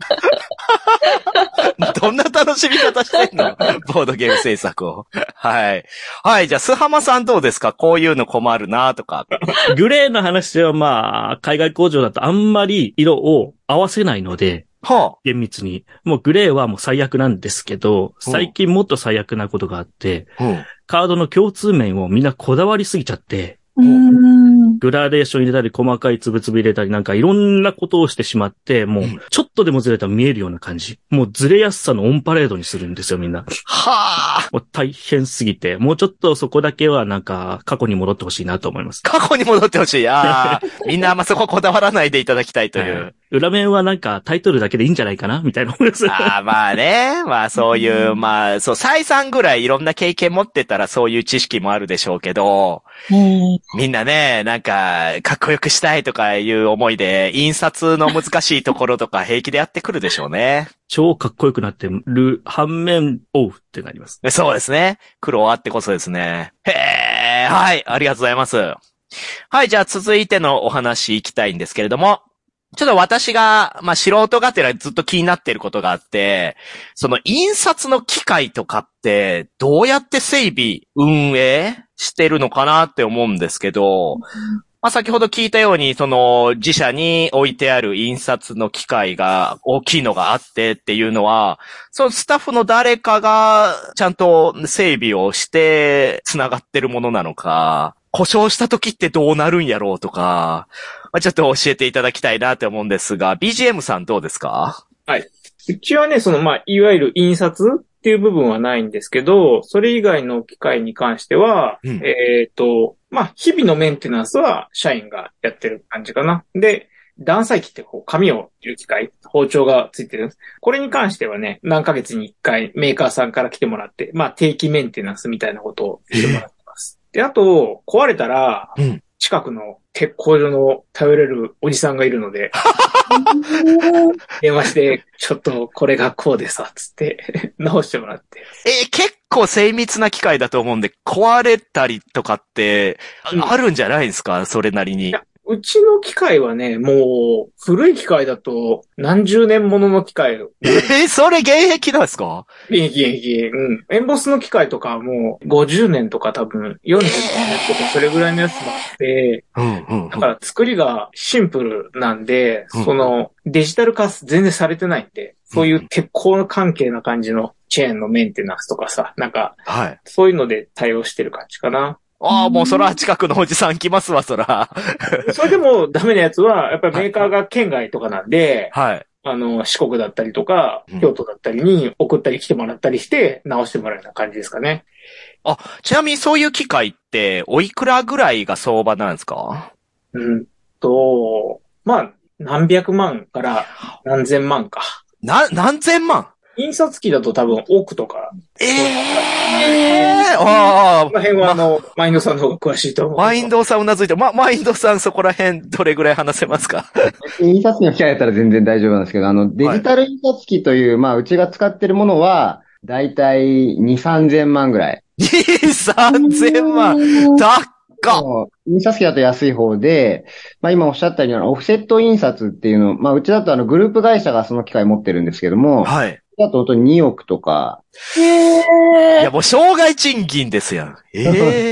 どんな楽しみ方してんのボードゲーム制作を。はい。はい、じゃあ、スハマさんどうですか？こういうの困るなとか。 グレーの話は海外工場だとあんまり色を合わせないので、厳密に。もうグレーはもう最悪なんですけど、最近もっと最悪なことがあって、カードの共通面をみんなこだわりすぎちゃって、グラデーション入れたり、細かいつぶつぶ入れたり、なんかいろんなことをしてしまって、もう、ちょっとでもずれたら見えるような感じ。もうずれやすさのオンパレードにするんですよ、みんな。もう大変すぎて、もうちょっとそこだけはなんか、過去に戻ってほしいなと思います。 過去に戻ってほしい。みんなあんまそここだわらないでいただきたいという。 裏面はなんかタイトルだけでいいんじゃないかなみたいな思います。 そういう、サイさんぐらいいろんな経験持ってたらそういう知識もあるでしょうけど、みんなね、なんか、かっこよくしたいとかいう思いで、印刷の難しいところとか平気でやってくるでしょうね。 超かっこよくなってる反面、ってなります。 そうですね。苦労あってこそですね。はい、ありがとうございます。はい、じゃあ続いてのお話行きたいんですけれども、ちょっと私が、素人がてらずっと気になっていることがあって、その印刷の機械とかって、どうやって整備、運営してるのかなって思うんですけど、先ほど聞いたように、自社に置いてある印刷の機械が大きいのがあってっていうのは、そのスタッフの誰かがちゃんと整備をして繋がってるものなのか、故障した時ってどうなるんやろうとか、ちょっと教えていただきたいなって思うんですが、BGM さんどうですか？ はい。うちはね、いわゆる印刷っていう部分はないんですけど、それ以外の機械に関しては、日々のメンテナンスは社員がやってる感じかな。で、断裁機って紙を切る機械、包丁がついてるんです。これに関してはね、何ヶ月に一回メーカーさんから来てもらって、定期メンテナンスみたいなことをしてもらってます。で、あと、壊れたら、近くの鉄工所の頼れるおじさんがいるので、電話して、ちょっとこれがこうでさ、つって直してもらって。 結構精密な機械だと思うんで、壊れたりとかって、あるんじゃないですか？それなりに。 うちの機械はね、もう、古い機械だと、何十年ものの機械。 それ現役なんですか？ 現役。エンボスの機械とかはもう、50年とか多分、40年とか、それぐらいのやつもあって、だから作りがシンプルなんで、デジタル化全然されてないんで、そういう鉄鋼関係な感じのチェーンのメンテナンスとかさ、なんか、そういうので対応してる感じかな。 もうそら近くのおじさん来ますわ、そら。 それでもダメなやつは、やっぱりメーカーが県外とかなんで、四国だったりとか、京都だったりに送ったり来てもらったりして、直してもらうような感じですかね。 ちなみにそういう機械って、おいくらぐらいが相場なんですか？ 何百万から何千万か。 何千万？ 印刷機だと多分億とか。この辺はマインドさんの方が詳しいと思う。 マインドさんうなずいて、マインドさんそこら辺どれぐらい話せますか？ 印刷機の機械だったら全然大丈夫なんですけど、デジタル印刷機という、うちが使ってるものは、だいたい2、3000万ぐらい。 2、3000万印刷機だと安い方で、今おっしゃったようにオフセット印刷っていうの、うちだとグループ会社がその機械持ってるんですけども、だと本当に2億とか。 いやもう障害賃金ですやん。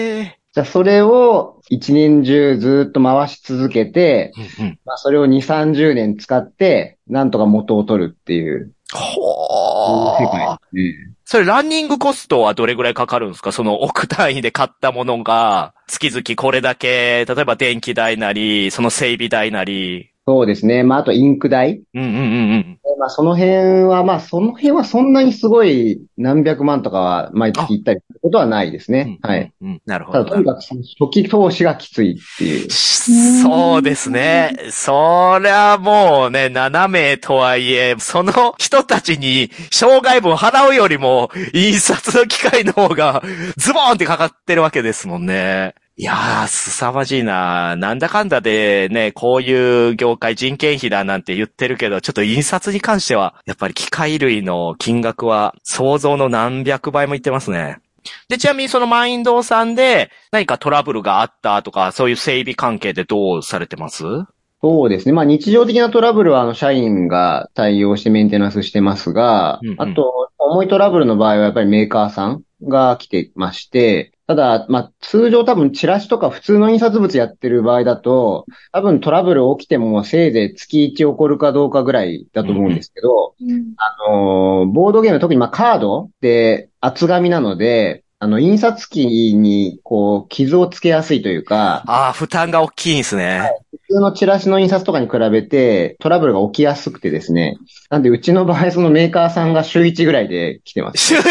じゃあそれを一年中ずっと回し続けて、まあそれを2、30年使って、なんとか元を取るっていう。 ほー。 世界ですね。 それランニングコストはどれぐらいかかるんですか？その億単位で買ったものが、月々これだけ、例えば電気代なり、その整備代なり。 そうですね。まああとインク代。まあその辺はそんなにすごい何百万とかは毎月行ったりすることはないですね。はい。 なるほど。 ただとにかく初期投資がきついっていう。 そうですね。そりゃもうね、斜めとはいえ、その人たちに障害分払うよりも、印刷の機械の方がズボーンってかかってるわけですもんね。いやー、凄まじいな。なんだかんだでね、こういう業界人件費だなんて言ってるけど、ちょっと印刷に関しては、やっぱり機械類の金額は想像の何百倍もいってますね。で、ちなみにそのマインドーさんで何かトラブルがあったとか、そういう整備関係でどうされてます？ そうですね。まあ日常的なトラブルは社員が対応してメンテナンスしてますが、あと、重いトラブルの場合はやっぱりメーカーさんが来てまして、ただ、まあ通常多分チラシとか普通の印刷物やってる場合だと、多分トラブル起きてもせいぜい月1起こるかどうかぐらいだと思うんですけど、ボードゲーム特にまあカードって厚紙なので、印刷機に、傷をつけやすいというか、 ああ、負担が大きいんですね。はい、 普通のチラシの印刷とかに比べて、トラブルが起きやすくてですね。なんで、うちの場合、そのメーカーさんが週1ぐらいで来てます。 週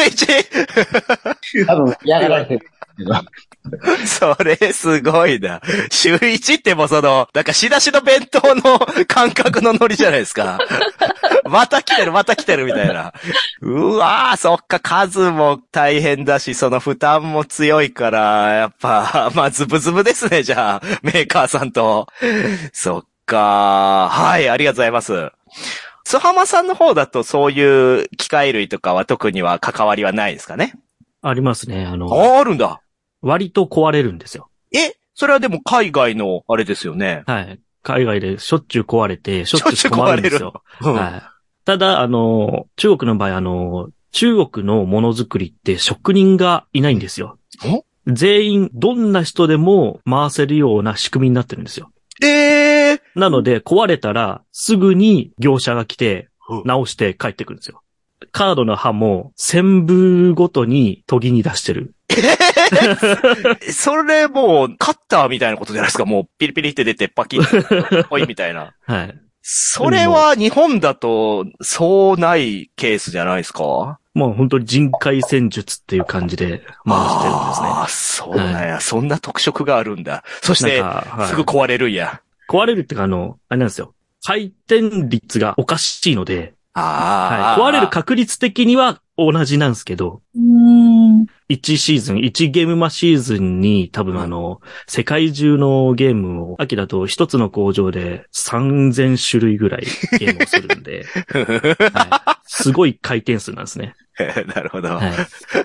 1？ 多分、嫌がられてるんですけど。 それ、すごいな。週1ってもなんか仕出しの弁当の感覚のノリじゃないですか。また来てるみたいな。うわー、そっか、数も大変だし、その負担も強いから、やっぱ、まあ、ズブズブですね、じゃあ、メーカーさんと。そっか、はい、ありがとうございます。須浜さんの方だと、そういう機械類とかは特には関わりはないですかね？ ありますね。 あるんだ。 割と壊れるんですよ。 それはでも海外のあれですよね。 はい。海外でしょっちゅう壊れて、しょっちゅう困るんですよ。はい。ただ、中国の場合、中国のものづくりって職人がいないんですよ。全員、どんな人でも回せるような仕組みになってるんですよ。なので、壊れたら、すぐに業者が来て、直して帰ってくるんですよ。カードの刃も、1000部ごとに研ぎに出してる。 それもう、カッターみたいなことじゃないですか。もう、ピリピリって出て、パキッ、ポイみたいな。 はい。 それは日本だと、そうないケースじゃないですか？ もう本当に人海戦術っていう感じで回してるんですね。 ああ、そうなんや、はい。そんな特色があるんだ。そして、すぐ壊れるんや。 壊れるってか、あれなんですよ。回転率がおかしいので、はい、壊れる確率的には同じなんですけど、1シーズン、1ゲームマシーズンに多分世界中のゲームを、秋だと一つの工場で3000種類ぐらいゲームをするんで、はい、すごい回転数なんですね。 なるほど。 はい、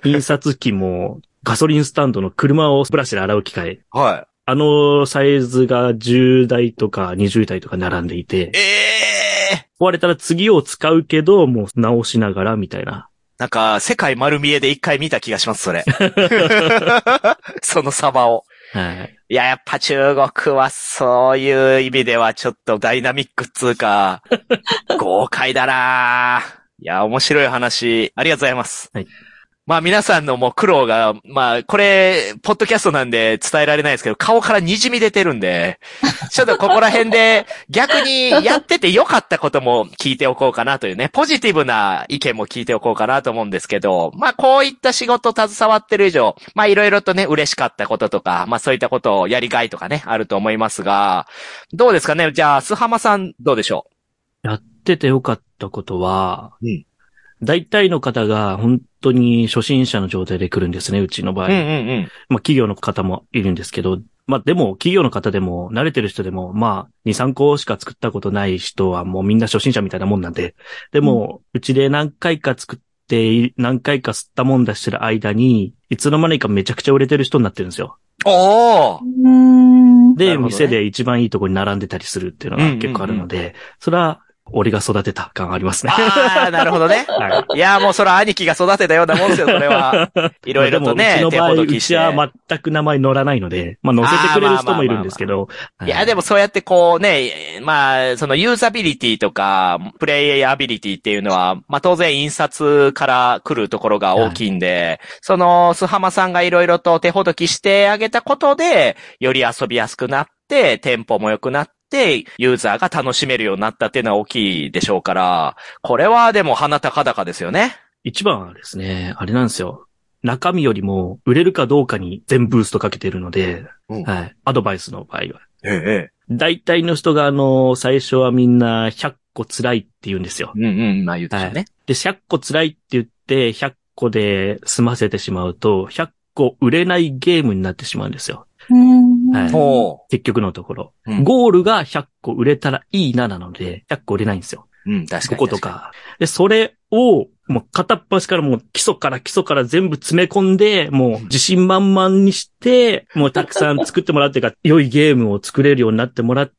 印刷機もガソリンスタンドの車をブラシで洗う機械。 はい。 サイズが10台とか20台とか並んでいて、壊れたら次を使うけど、もう直しながらみたいな。 なんか、世界丸見えで一回見た気がします、それ。その様を。 はい。 いや、やっぱ中国はそういう意味ではちょっとダイナミックっつうか、豪快だなぁ。いや、面白い話、ありがとうございます。 はい。 まあ皆さんのもう苦労が、まあこれ、ポッドキャストなんで伝えられないですけど、顔から滲み出てるんで、ちょっとここら辺で逆にやってて良かったことも聞いておこうかなというね、ポジティブな意見も聞いておこうかなと思うんですけど、まあこういった仕事携わってる以上、まあいろいろとね、嬉しかったこととか、まあそういったことをやりがいとかね、あると思いますが、どうですかね？じゃあ、須浜さんどうでしょう？やってて良かったことは、大体の方が本当に初心者の状態で来るんですね、うちの場合。まあ企業の方もいるんですけど、まあでも企業の方でも慣れてる人でもまあ2、3個しか作ったことない人はもうみんな初心者みたいなもんなんで、でもうちで何回か作って何回か吸ったもん出してる間に、いつの間にかめちゃくちゃ売れてる人になってるんですよ。で、店で一番いいところに並んでたりするっていうのが結構あるので、それは俺が育てた感ありますね。 ああ、なるほどね。 はい。 いや、もうそれは兄貴が育てたようなもんですよ、それは。いろいろとね、 うちの場合、 手ほどきして。 うちは全く名前載らないので、まあ載せてくれる人もいるんですけど。 いや、でもそうやってこうね、まあ、そのユーザビリティとか、プレイアビリティっていうのは、まあ当然印刷から来るところが大きいんで、その、スハマさんがいろいろと手ほどきしてあげたことで、より遊びやすくなって、テンポも良くなって、ユーザーが楽しめるようになったっていうのは大きいでしょうから、これはでも鼻高々ですよね。 一番はですね、あれなんですよ。中身よりも売れるかどうかに全ブーストかけてるので、はい。アドバイスの場合は。大体の人が最初はみんな100個辛いって言うんですよ。 まあ言うでしょうね。はい、 で、100個辛いって言って100個で済ませてしまうと、100個売れないゲームになってしまうんですよ。はい、結局のところ、ゴールが100個売れたらいいなので、100個売れないんですよ。 確かに。 5個とか。で、それを、もう片っ端からもう基礎から全部詰め込んで、もう自信満々にして、もうたくさん作ってもらってか、良いゲームを作れるようになってもらって、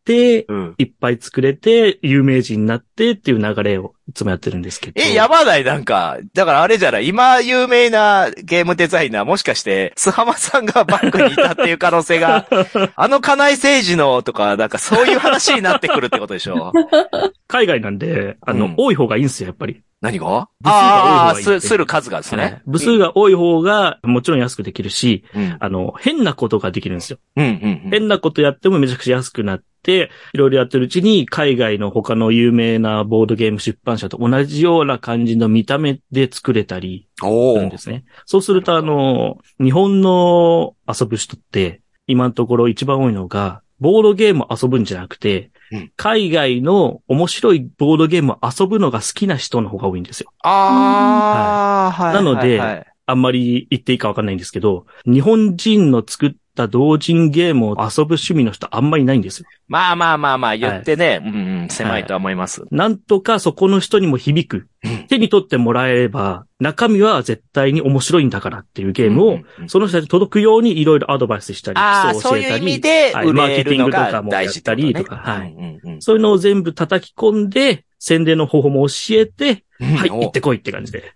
いっぱい作れて、有名人になってっていう流れをいつもやってるんですけど。 やばないなんか、だからあれじゃない、今有名なゲームデザイナー、もしかして、スハマさんがバックにいたっていう可能性が、金井誠司のとか、なんかそういう話になってくるってことでしょ。 海外なんで、多い方がいいんですよ、やっぱり。 何が部数が多い方がいい。する数がですね。 部数が多い方が、もちろん安くできるし、変なことができるんですよ。変なことやってもめちゃくちゃ安くなって、いろいろやってるうちに、海外の他の有名なボードゲーム出版社と同じような感じの見た目で作れたりするんですね。そうすると、日本の遊ぶ人って、今のところ一番多いのが、ボードゲームを遊ぶんじゃなくて、海外の面白いボードゲームを遊ぶのが好きな人の方が多いんですよ。なので、あんまり言っていいかわかんないんですけど、日本人の作った同人ゲームを遊ぶ趣味の人あんまりいないんですよ。 まあ、言ってね、狭いとは思います。 なんとかそこの人にも響く。手に取ってもらえれば、中身は絶対に面白いんだからっていうゲームを、その人に届くようにいろいろアドバイスしたり、基礎を教えたり、 そういう意味でマーケティングとかもやったりとか、そういうのを全部叩き込んで、宣伝の方法も教えて、はい、行ってこいって感じで。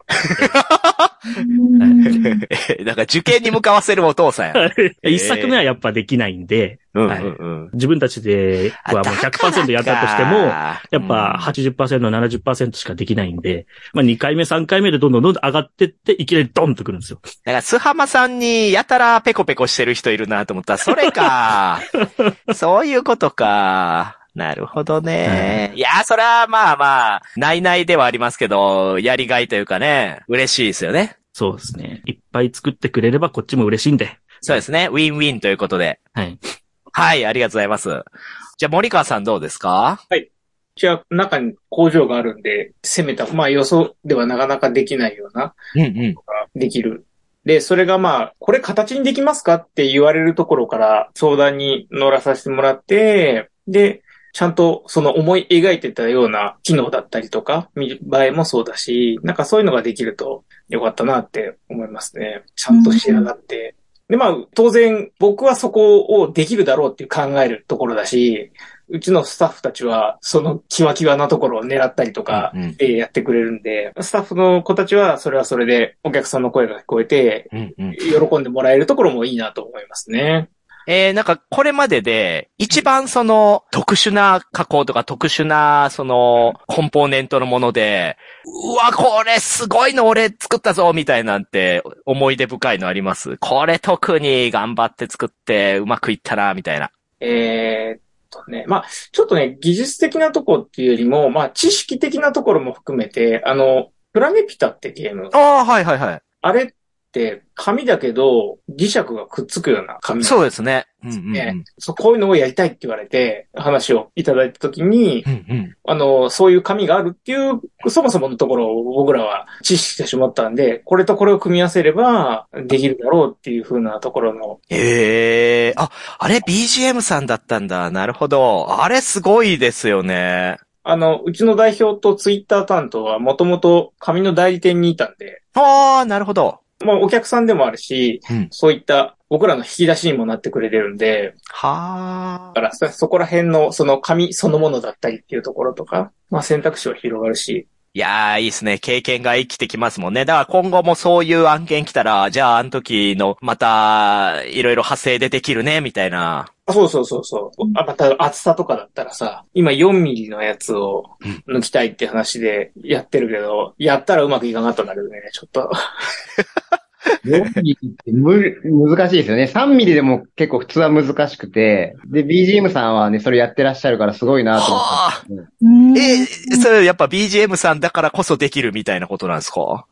なんか受験に向かわせるお父さんや。 一作目はやっぱできないんで、自分たちではもう 100% やったとしても、やっぱ 80%、70% しかできないんで、まあ2回目、3回目でどんどん上がってって、いきなりドンとくるんですよ。 だからスハマさんにやたらペコペコしてる人いるなと思ったら、それか。そういうことか。なるほどね。いや、それはまあ、ないではありますけど、やりがいというかね、嬉しいですよね。 そうですね。いっぱい作ってくれればこっちも嬉しいんで。 そうですね。ウィンウィンということで。 はい。 はい、ありがとうございます。じゃあ、森川さんどうですか？ はい。うちは中に工場があるんで、攻めた、まあ予想ではなかなかできないような、ことができる。で、それがまあ、これ形にできますかって言われるところから相談に乗らさせてもらって、で、ちゃんとその思い描いてたような機能だったりとか、見栄えもそうだし、なんかそういうのができるとよかったなって思いますね。ちゃんと仕上がって。で、まあ、当然僕はそこをできるだろうっていう考えるところだし、うちのスタッフたちはそのキワキワなところを狙ったりとか、やってくれるんで、スタッフの子たちはそれはそれでお客さんの声が聞こえて、喜んでもらえるところもいいなと思いますね。 なんか、これまでで、一番その、特殊な加工とか特殊な、その、コンポーネントのもので、うわ、これすごいの俺作ったぞみたいなんて、思い出深いのあります？これ特に頑張って作ってうまくいったな、みたいな。 まあ、ちょっとね、技術的なところっていうよりも、まあ、知識的なところも含めて、プラネピタってゲーム。 はい。 あれって紙だけど磁石がくっつくような紙。 そうですね。 こういうのをやりたいって言われて話をいただいたときに、そういう紙があるっていう、そもそものところを僕らは知識してしまったんで、これとこれを組み合わせればできるだろうっていう風なところの。 あれ BGM さんだったんだ。なるほど。あれすごいですよね。 うちの代表とツイッター担当はもともと紙の代理店にいたんで。 なるほど。 まあお客さんでもあるし、そういった僕らの引き出しにもなってくれてるんで、 はだからそこら辺のその紙そのものだったりっていうところとか、まあ選択肢は広がるし。 いやー、いいですね。経験が生きてきますもんね。だから今後もそういう案件来たら、じゃああの時のまた、いろいろ派生でできるね、みたいな。 そうそうそうそう。また厚さとかだったらさ、今4ミリのやつを抜きたいって話でやってるけど、やったらうまくいかなかったんだけどね、ちょっと。 4ミリって難しいですよね。3ミリでも結構普通は難しくて、で、BGM さんはね、それやってらっしゃるからすごいなと思って、 ね。それやっぱ BGM さんだからこそできるみたいなことなんですか？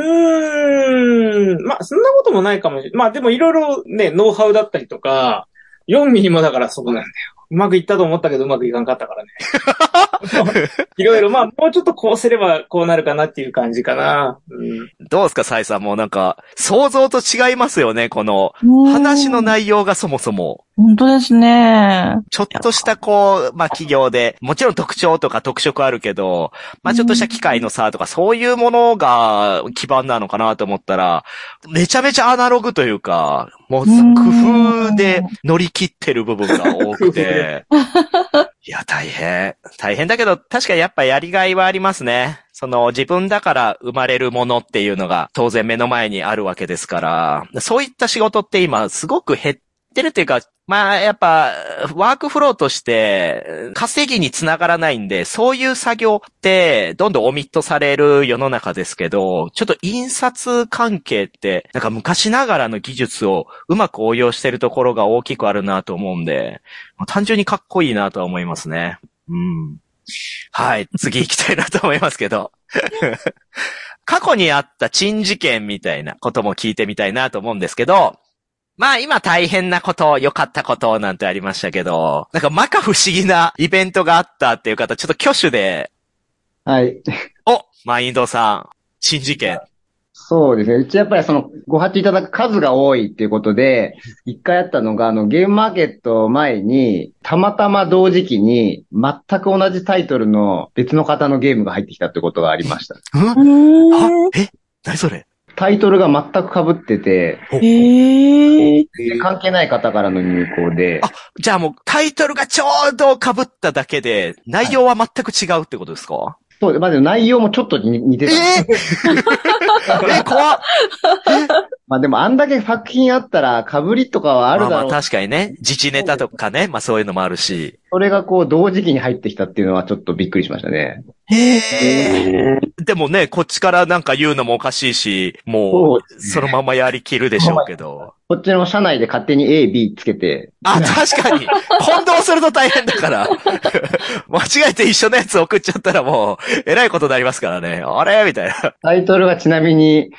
まあ、そんなこともないかもしれない。まあ、でもいろいろね、ノウハウだったりとか、4ミリもだからそこなんだよ。うまくいったと思ったけどうまくいかんかったからね。いろいろ、まあ、もうちょっとこうすればこうなるかなっていう感じかな。 どうですか、サイさんもなんか、想像と違いますよね、この、話の内容がそもそも。 本当ですね。 ちょっとしたこう、まあ企業で、もちろん特徴とか特色あるけど、まあちょっとした機械の差とかそういうものが基盤なのかなと思ったら、めちゃめちゃアナログというか、もう工夫で乗り切ってる部分が多くて、いや大変だけど確かにやっぱやりがいはありますね。その自分だから生まれるものっていうのが当然目の前にあるわけですから、そういった仕事って今すごく減ってるっていうか、まあやっぱワークフローとして稼ぎにつながらないんで、そういう作業ってどんどんオミットされる世の中ですけど、ちょっと印刷関係ってなんか昔ながらの技術をうまく応用してるところが大きくあるなと思うんで、単純にかっこいいなとは思いますね。はい、次行きたいなと思いますけど。過去にあった珍事件みたいなことも聞いてみたいなと思うんですけど、まあ今大変なこと、良かったことなんてありましたけど、なんか摩訶不思議なイベントがあったっていう方、ちょっと挙手で。 はい。 マインドさん、珍事件。 そうですね。うちやっぱりご発注いただく数が多いっていうことで、一回あったのが、ゲームマーケット前に、たまたま同時期に、全く同じタイトルの別の方のゲームが入ってきたってことがありました。 何それ？ タイトルが全く被ってて、関係ない方からの入稿で。 じゃあもうタイトルがちょうど被っただけで、内容は全く違うってことですか？ そう、まず内容もちょっと似てた。 怖っ。 まあでもあんだけ作品あったら被りとかはあるだろう。 まあ確かにね。自治ネタとかね。まあそういうのもあるし。 それが同時期に入ってきたっていうのはちょっとびっくりしましたね。 でもね、こっちからなんか言うのもおかしいし、もう、そのままやりきるでしょうけど。 こっちの社内で勝手に A、B つけて。 確かに。混同すると大変だから。間違えて一緒のやつ送っちゃったらもう、えらいことになりますからね。あれみたいな。 タイトルがちなみに、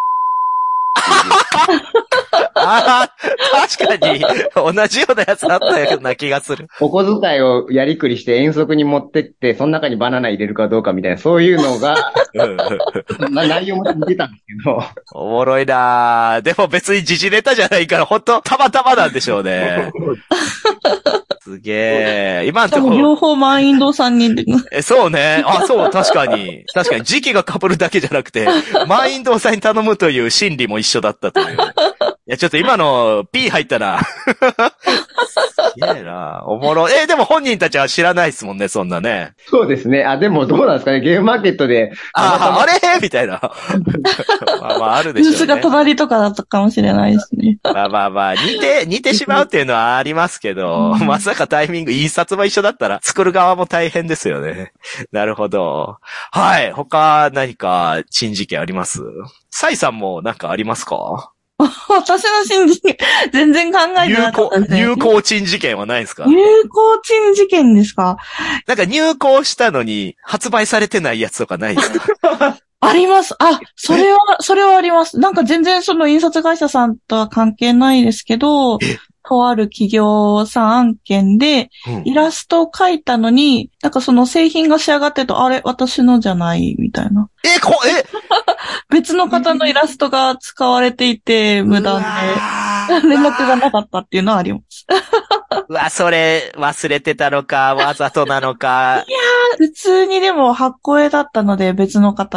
確かに、同じようなやつあったような気がする。 お小遣いをやりくりして遠足に持ってって、その中にバナナ入れるかどうかみたいな、そういうのが、内容も似てたんですけど。 おもろいなぁ。でも別に時事ネタじゃないから、ほんと、たまたまなんでしょうね。すげえ。今のところ。 両方マインドさんに。 そうね。そう、確かに。確かに時期が被るだけじゃなくて、マインドさんに頼むという心理も一緒だったという。いや、ちょっと今の P 入ったな。すげえな。おもろ。でも本人たちは知らないですもんね、そんなね。 そうですね。でもどうなんですかね。ゲームマーケットで。 あれみたいな。まああるでしょうね。 ブースが隣とかだったかもしれないですね。 まあ、似てしまうっていうのはありますけど、まさかタイミング、印刷も一緒だったら、作る側も大変ですよね。なるほど。はい。他何か珍事件あります？サイさんも何かありますか？ 私の珍事件、全然考えてなかったですね。 入校珍事件はないですか？ 入校珍事件ですか？ なんか入校したのに発売されてないやつとかないですか？ あります。それはあります。なんか全然その印刷会社さんとは関係ないですけど、とある企業さん案件で、イラストを描いたのに、なんかその製品が仕上がってると、あれ、私のじゃない、みたいな。別の方のイラストが使われていて、無断で、連絡がなかったっていうのはあります。 それ、忘れてたのか、わざとなのか。 いやー、普通にでも発行絵だったので、別の方に。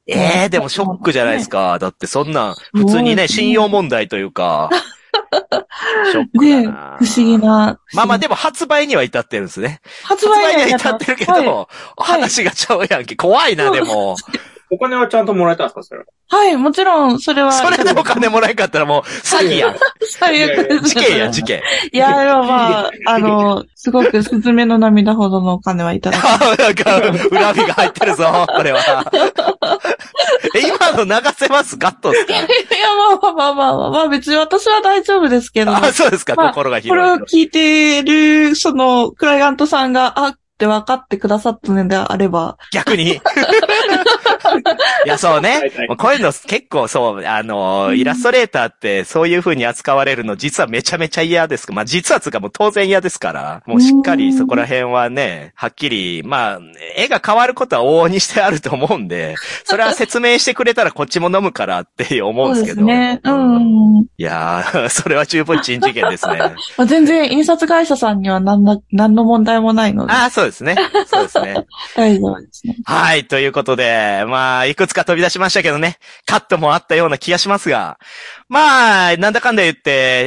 でもショックじゃないですか。だってそんな、普通にね、信用問題というか、ショックだな。 不思議な。 まあまあでも発売には至ってるんですね。 発売には至ってるけど、 はい話がちゃうやんけ。怖いな、でも。 お金はちゃんともらえたんですか、それは。 はい、もちろん、それは。 それでお金もらえんかったらもう、詐欺やん。 最悪です。 事件や、事件。 いや、でもまあ、すごくスズメの涙ほどのお金はいただきまなんか、恨みが入ってるぞ、これは。今の流せますカットですか？ いや、まあ、別に私は大丈夫ですけど。 そうですか、心が広い。 これを聞いてる、クライアントさんが、って分かってくださったのであれば。 逆に。いや、そうね。こういうの結構そう、イラストレーターってそういう風に扱われるの実はめちゃめちゃ嫌です。まあ実はつかもう当然嫌ですから、もうしっかりそこら辺はね、はっきり、まあ、絵が変わることは往々にしてあると思うんで、それは説明してくれたらこっちも飲むからって思うんですけど。 そうですね。 いやー、それは十分珍事件ですね。 まあ、全然印刷会社さんには何の問題もないので。 そうですね。そうですね。 大丈夫ですね。 はい、ということで、まあ、いくつか飛び出しましたけどね、カットもあったような気がしますが、まあ、なんだかんだ言って、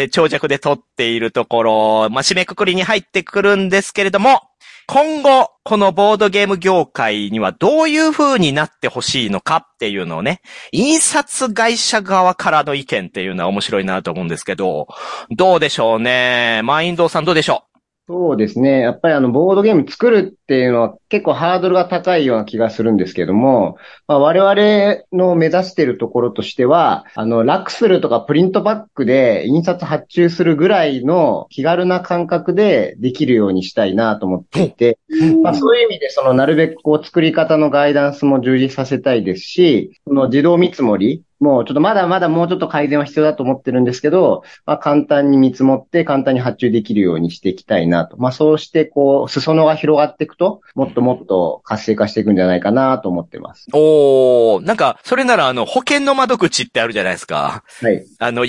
長尺で撮っているところ、まあ、締めくくりに入ってくるんですけれども、今後、このボードゲーム業界にはどういう風になってほしいのかっていうのをね、印刷会社側からの意見っていうのは面白いなと思うんですけど、どうでしょうね。マインドーさんどうでしょう？ そうですね。やっぱりボードゲーム作るっていうのは結構ハードルが高いような気がするんですけども、まあ、我々の目指しているところとしては、ラクスルとかプリントバックで印刷発注するぐらいの気軽な感覚でできるようにしたいなと思っていて、まあ、そういう意味でなるべく作り方のガイダンスも充実させたいですし、自動見積もり、もうちょっとまだまだもうちょっと改善は必要だと思ってるんですけど、まあ簡単に見積もって簡単に発注できるようにしていきたいなと。まあそうして裾野が広がっていくと、もっともっと活性化していくんじゃないかなと思ってます。 なんか、それなら保険の窓口ってあるじゃないですか。 はい。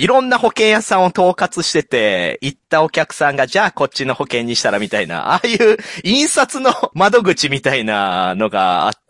いろんな保険屋さんを統括してて、行ったお客さんが、じゃあこっちの保険にしたらみたいな、ああいう印刷の窓口みたいなのがあって、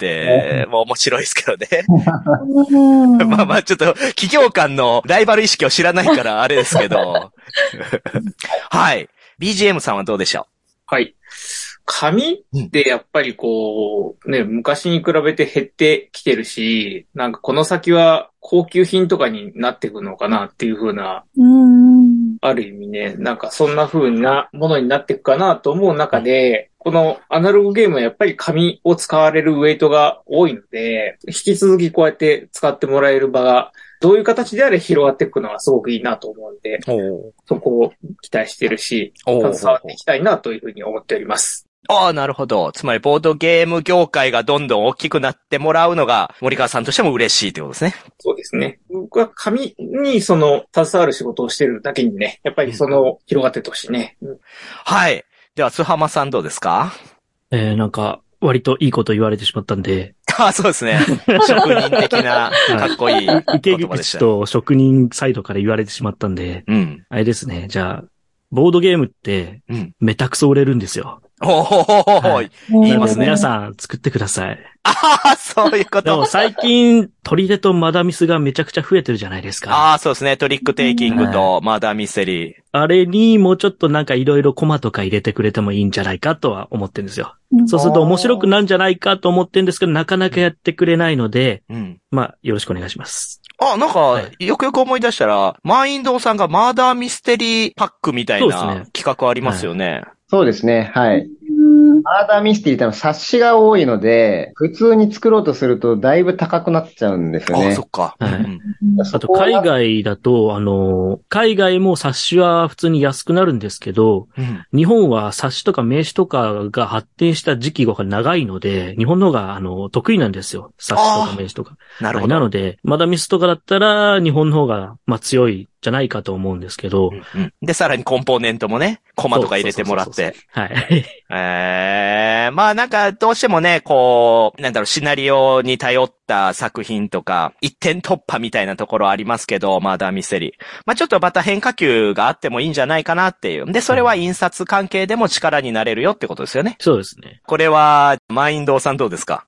もう面白いですけどね。まあまあちょっと企業間のライバル意識を知らないからあれですけど。はい。BGM さんはどうでしょう？ はい。紙ってやっぱり昔に比べて減ってきてるし、なんかこの先は高級品とかになっていくのかなっていう風な、ある意味ね、なんかそんな風なものになっていくかなと思う中で、このアナログゲームはやっぱり紙を使われるウェイトが多いので、引き続きこうやって使ってもらえる場が、どういう形であれ広がっていくのはすごくいいなと思うんで、そこを期待してるし、携わっていきたいなというふうに思っております。 なるほど。つまり、ボードゲーム業界がどんどん大きくなってもらうのが、森川さんとしても嬉しいということですね。 そうですね。僕は紙に携わる仕事をしてるだけにね、やっぱり広がってってほしいね。 はい。では、須浜さんどうですか？ なんか、割といいこと言われてしまったんで。 そうですね。職人的な、かっこいい言葉でした。 池口と職人サイドから言われてしまったんで、あれですね。じゃあ、ボードゲームって、めたくそ売れるんですよ。言いますね。皆さん作ってください。 そういうこと。 でも最近、取り手とマダミスがめちゃくちゃ増えてるじゃないですか。 そうですね。トリックテイキングとマダミステリー。 あれにもうちょっとなんかいろいろコマとか入れてくれてもいいんじゃないかとは思ってるんですよ。そうすると面白くなんじゃないかと思ってるんですけど、なかなかやってくれないので、まあ、よろしくお願いします。 なんか、よくよく思い出したら、マインドーさんがマーダーミステリーパックみたいな企画ありますよね。 そうですね。はい。マーダーミステリーってのは冊子が多いので、普通に作ろうとするとだいぶ高くなっちゃうんですよね。 そっか。 あと海外だと、海外も冊子は普通に安くなるんですけど、日本は冊子とか名刺とかが発展した時期が長いので、日本の方が得意なんですよ。冊子とか名刺とか。 なるほど。 なので、マダミスとかだったら日本の方が強いじゃないかと思うんですけど。 で、さらにコンポーネントもね、コマとか入れてもらって。 はい。 まあなんかどうしてもね、シナリオに頼った作品とか、一点突破みたいなところありますけど、マーダーミステリー。まあちょっとまた変化球があってもいいんじゃないかなっていう。で、それは印刷関係でも力になれるよってことですよね。 そうですね。 これは、マインドーさんどうですか？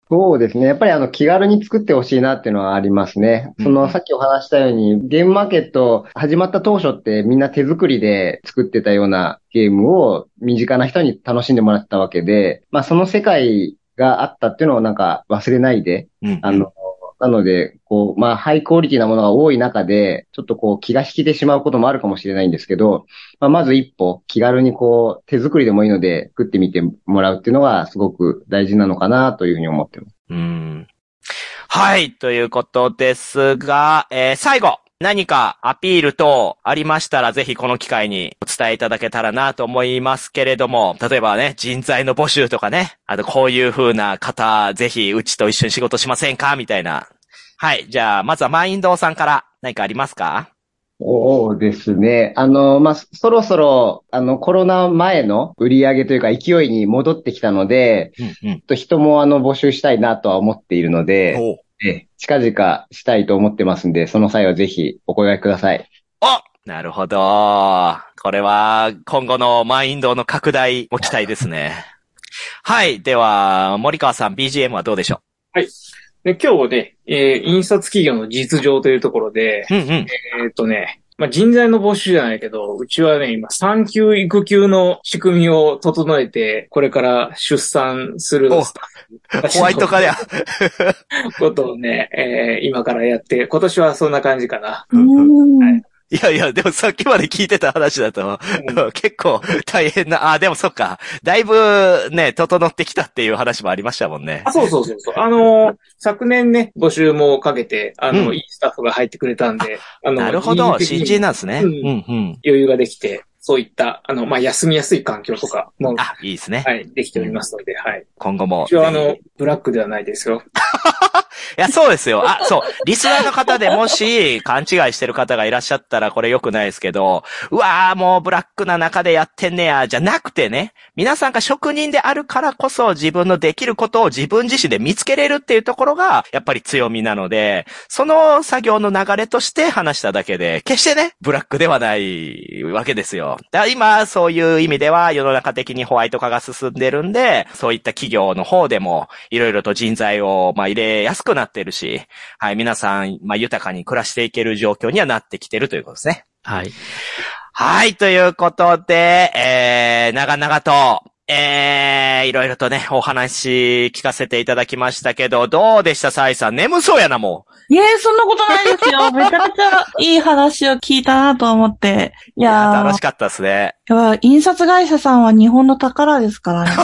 そうですね。やっぱり気軽に作ってほしいなっていうのはありますね。さっきお話したように、ゲームマーケット始まった当初ってみんな手作りで作ってたようなゲームを身近な人に楽しんでもらってたわけで、その世界があったっていうのをなんか忘れないで、なので、ハイクオリティなものが多い中で、ちょっと気が引けてしまうこともあるかもしれないんですけど、まず一歩、気軽に手作りでもいいので、作ってみてもらうっていうのがすごく大事なのかなというふうに思ってます。 はい、ということですが、最後、何かアピール等ありましたら、ぜひこの機会にお伝えいただけたらなと思いますけれども、例えばね、人材の募集とかね、あとこういう風な方、ぜひうちと一緒に仕事しませんかみたいな。はい、じゃあ、まずはマインドーさんから何かありますか？ そうですね。そろそろ、コロナ前の売り上げというか勢いに戻ってきたので、人も募集したいなとは思っているので、近々したいと思ってますんで、その際はぜひお声掛けください。 なるほど。これは今後のマインドの拡大も期待ですね。はい。では、森川さん BGM はどうでしょう？はい。で、今日ね、印刷企業の実情というところで、人材の募集じゃないけど、うちはね、今、産休育休の仕組みを整えて、これから出産するスタッフ。 ホワイト化や。 ことをね、今からやって、今年はそんな感じかな。 いやいや、でもさっきまで聞いてた話だと、結構大変な、でもそっか。だいぶね、整ってきたっていう話もありましたもんね。 そう。昨年ね、募集もかけて、いいスタッフが入ってくれたんで、 なるほど、新人なんですね。 余裕ができて、そういった、休みやすい環境とかも、 いいですね。 はい、できておりますので、はい。 今後も。 一応ブラックではないですよ。 いや、そうですよ。そう。リスナーの方でもし、勘違いしてる方がいらっしゃったら、これ良くないですけど、うわー、もうブラックな中でやってんねや、じゃなくてね、皆さんが職人であるからこそ、自分のできることを自分自身で見つけれるっていうところが、やっぱり強みなので、その作業の流れとして話しただけで、決してね、ブラックではないわけですよ。だから今、そういう意味では、世の中的にホワイト化が進んでるんで、そういった企業の方でも、いろいろと人材を、入れやすくなってるし、はい、皆さん、豊かに暮らしていける状況にはなってきてるということですね。 はい。 はい、ということで、長々と、いろいろとね、お話聞かせていただきましたけど、どうでしたサイさん？眠そうやな、もう。 そんなことないですよ。めちゃめちゃいい話を聞いたなと思って。 楽しかったですね。 印刷会社さんは日本の宝ですからね。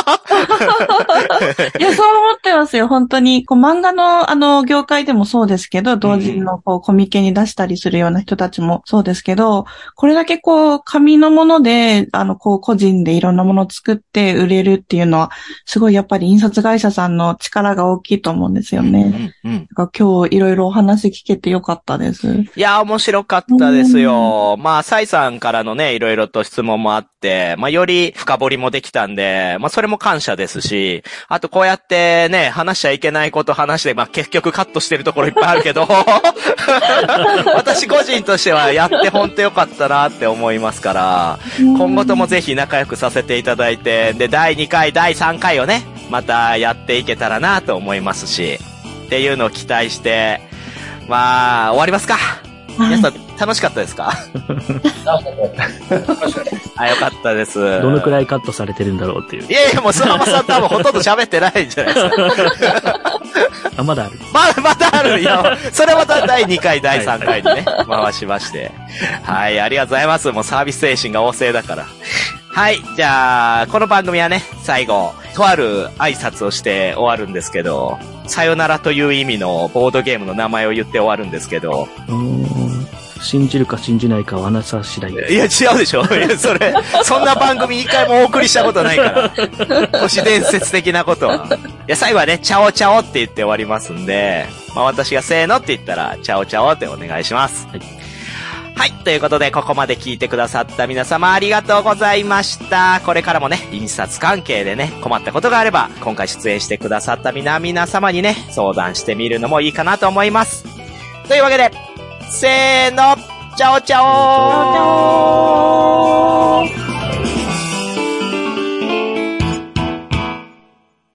そう思ってますよ、本当に。漫画の業界でもそうですけど、同人のコミケに出したりするような人たちもそうですけど、これだけ紙のもので、個人でいろんなものを作って売れるっていうのは、すごいやっぱり印刷会社さんの力が大きいと思うんですよね。今日いろいろお話聞けてよかったです。 いや、面白かったですよ。サイさんからのね、いろいろと質問もあって、より深掘りもできたんで、それも感謝ですし、あとこうやってね、話しちゃいけないこと話して、結局カットしてるところいっぱいあるけど、私個人としてはやって本当よかったなって思いますから、今後ともぜひ仲良くさせていただいて、で、第2回、第3回をね、またやっていけたらなと思いますし、っていうのを期待して、終わりますか。皆さん、楽しかったですか？よかったです。 どのくらいカットされてるんだろうっていう。 いや、もう、スマホさん多分ほとんど喋ってないんじゃないですか。 まだある。 まだある。いや、それまた第2回、第3回にね、回しまして。はい、ありがとうございます。もうサービス精神が旺盛だから。はい、じゃあ、この番組はね、最後、とある挨拶をして終わるんですけど、さよならという意味のボードゲームの名前を言って終わるんですけど、 信じるか信じないかはあなた次第。 いや、違うでしょ。いや、そんな番組一回もお送りしたことないから。都市伝説的なことは。いや、最後はね、チャオチャオって言って終わりますんで、私がせーのって言ったら、チャオチャオってお願いします。はい。ということで、ここまで聞いてくださった皆様ありがとうございました。これからもね、印刷関係でね、困ったことがあれば、今回出演してくださった皆様にね、相談してみるのもいいかなと思います。というわけで、せーの、チャオチャオー。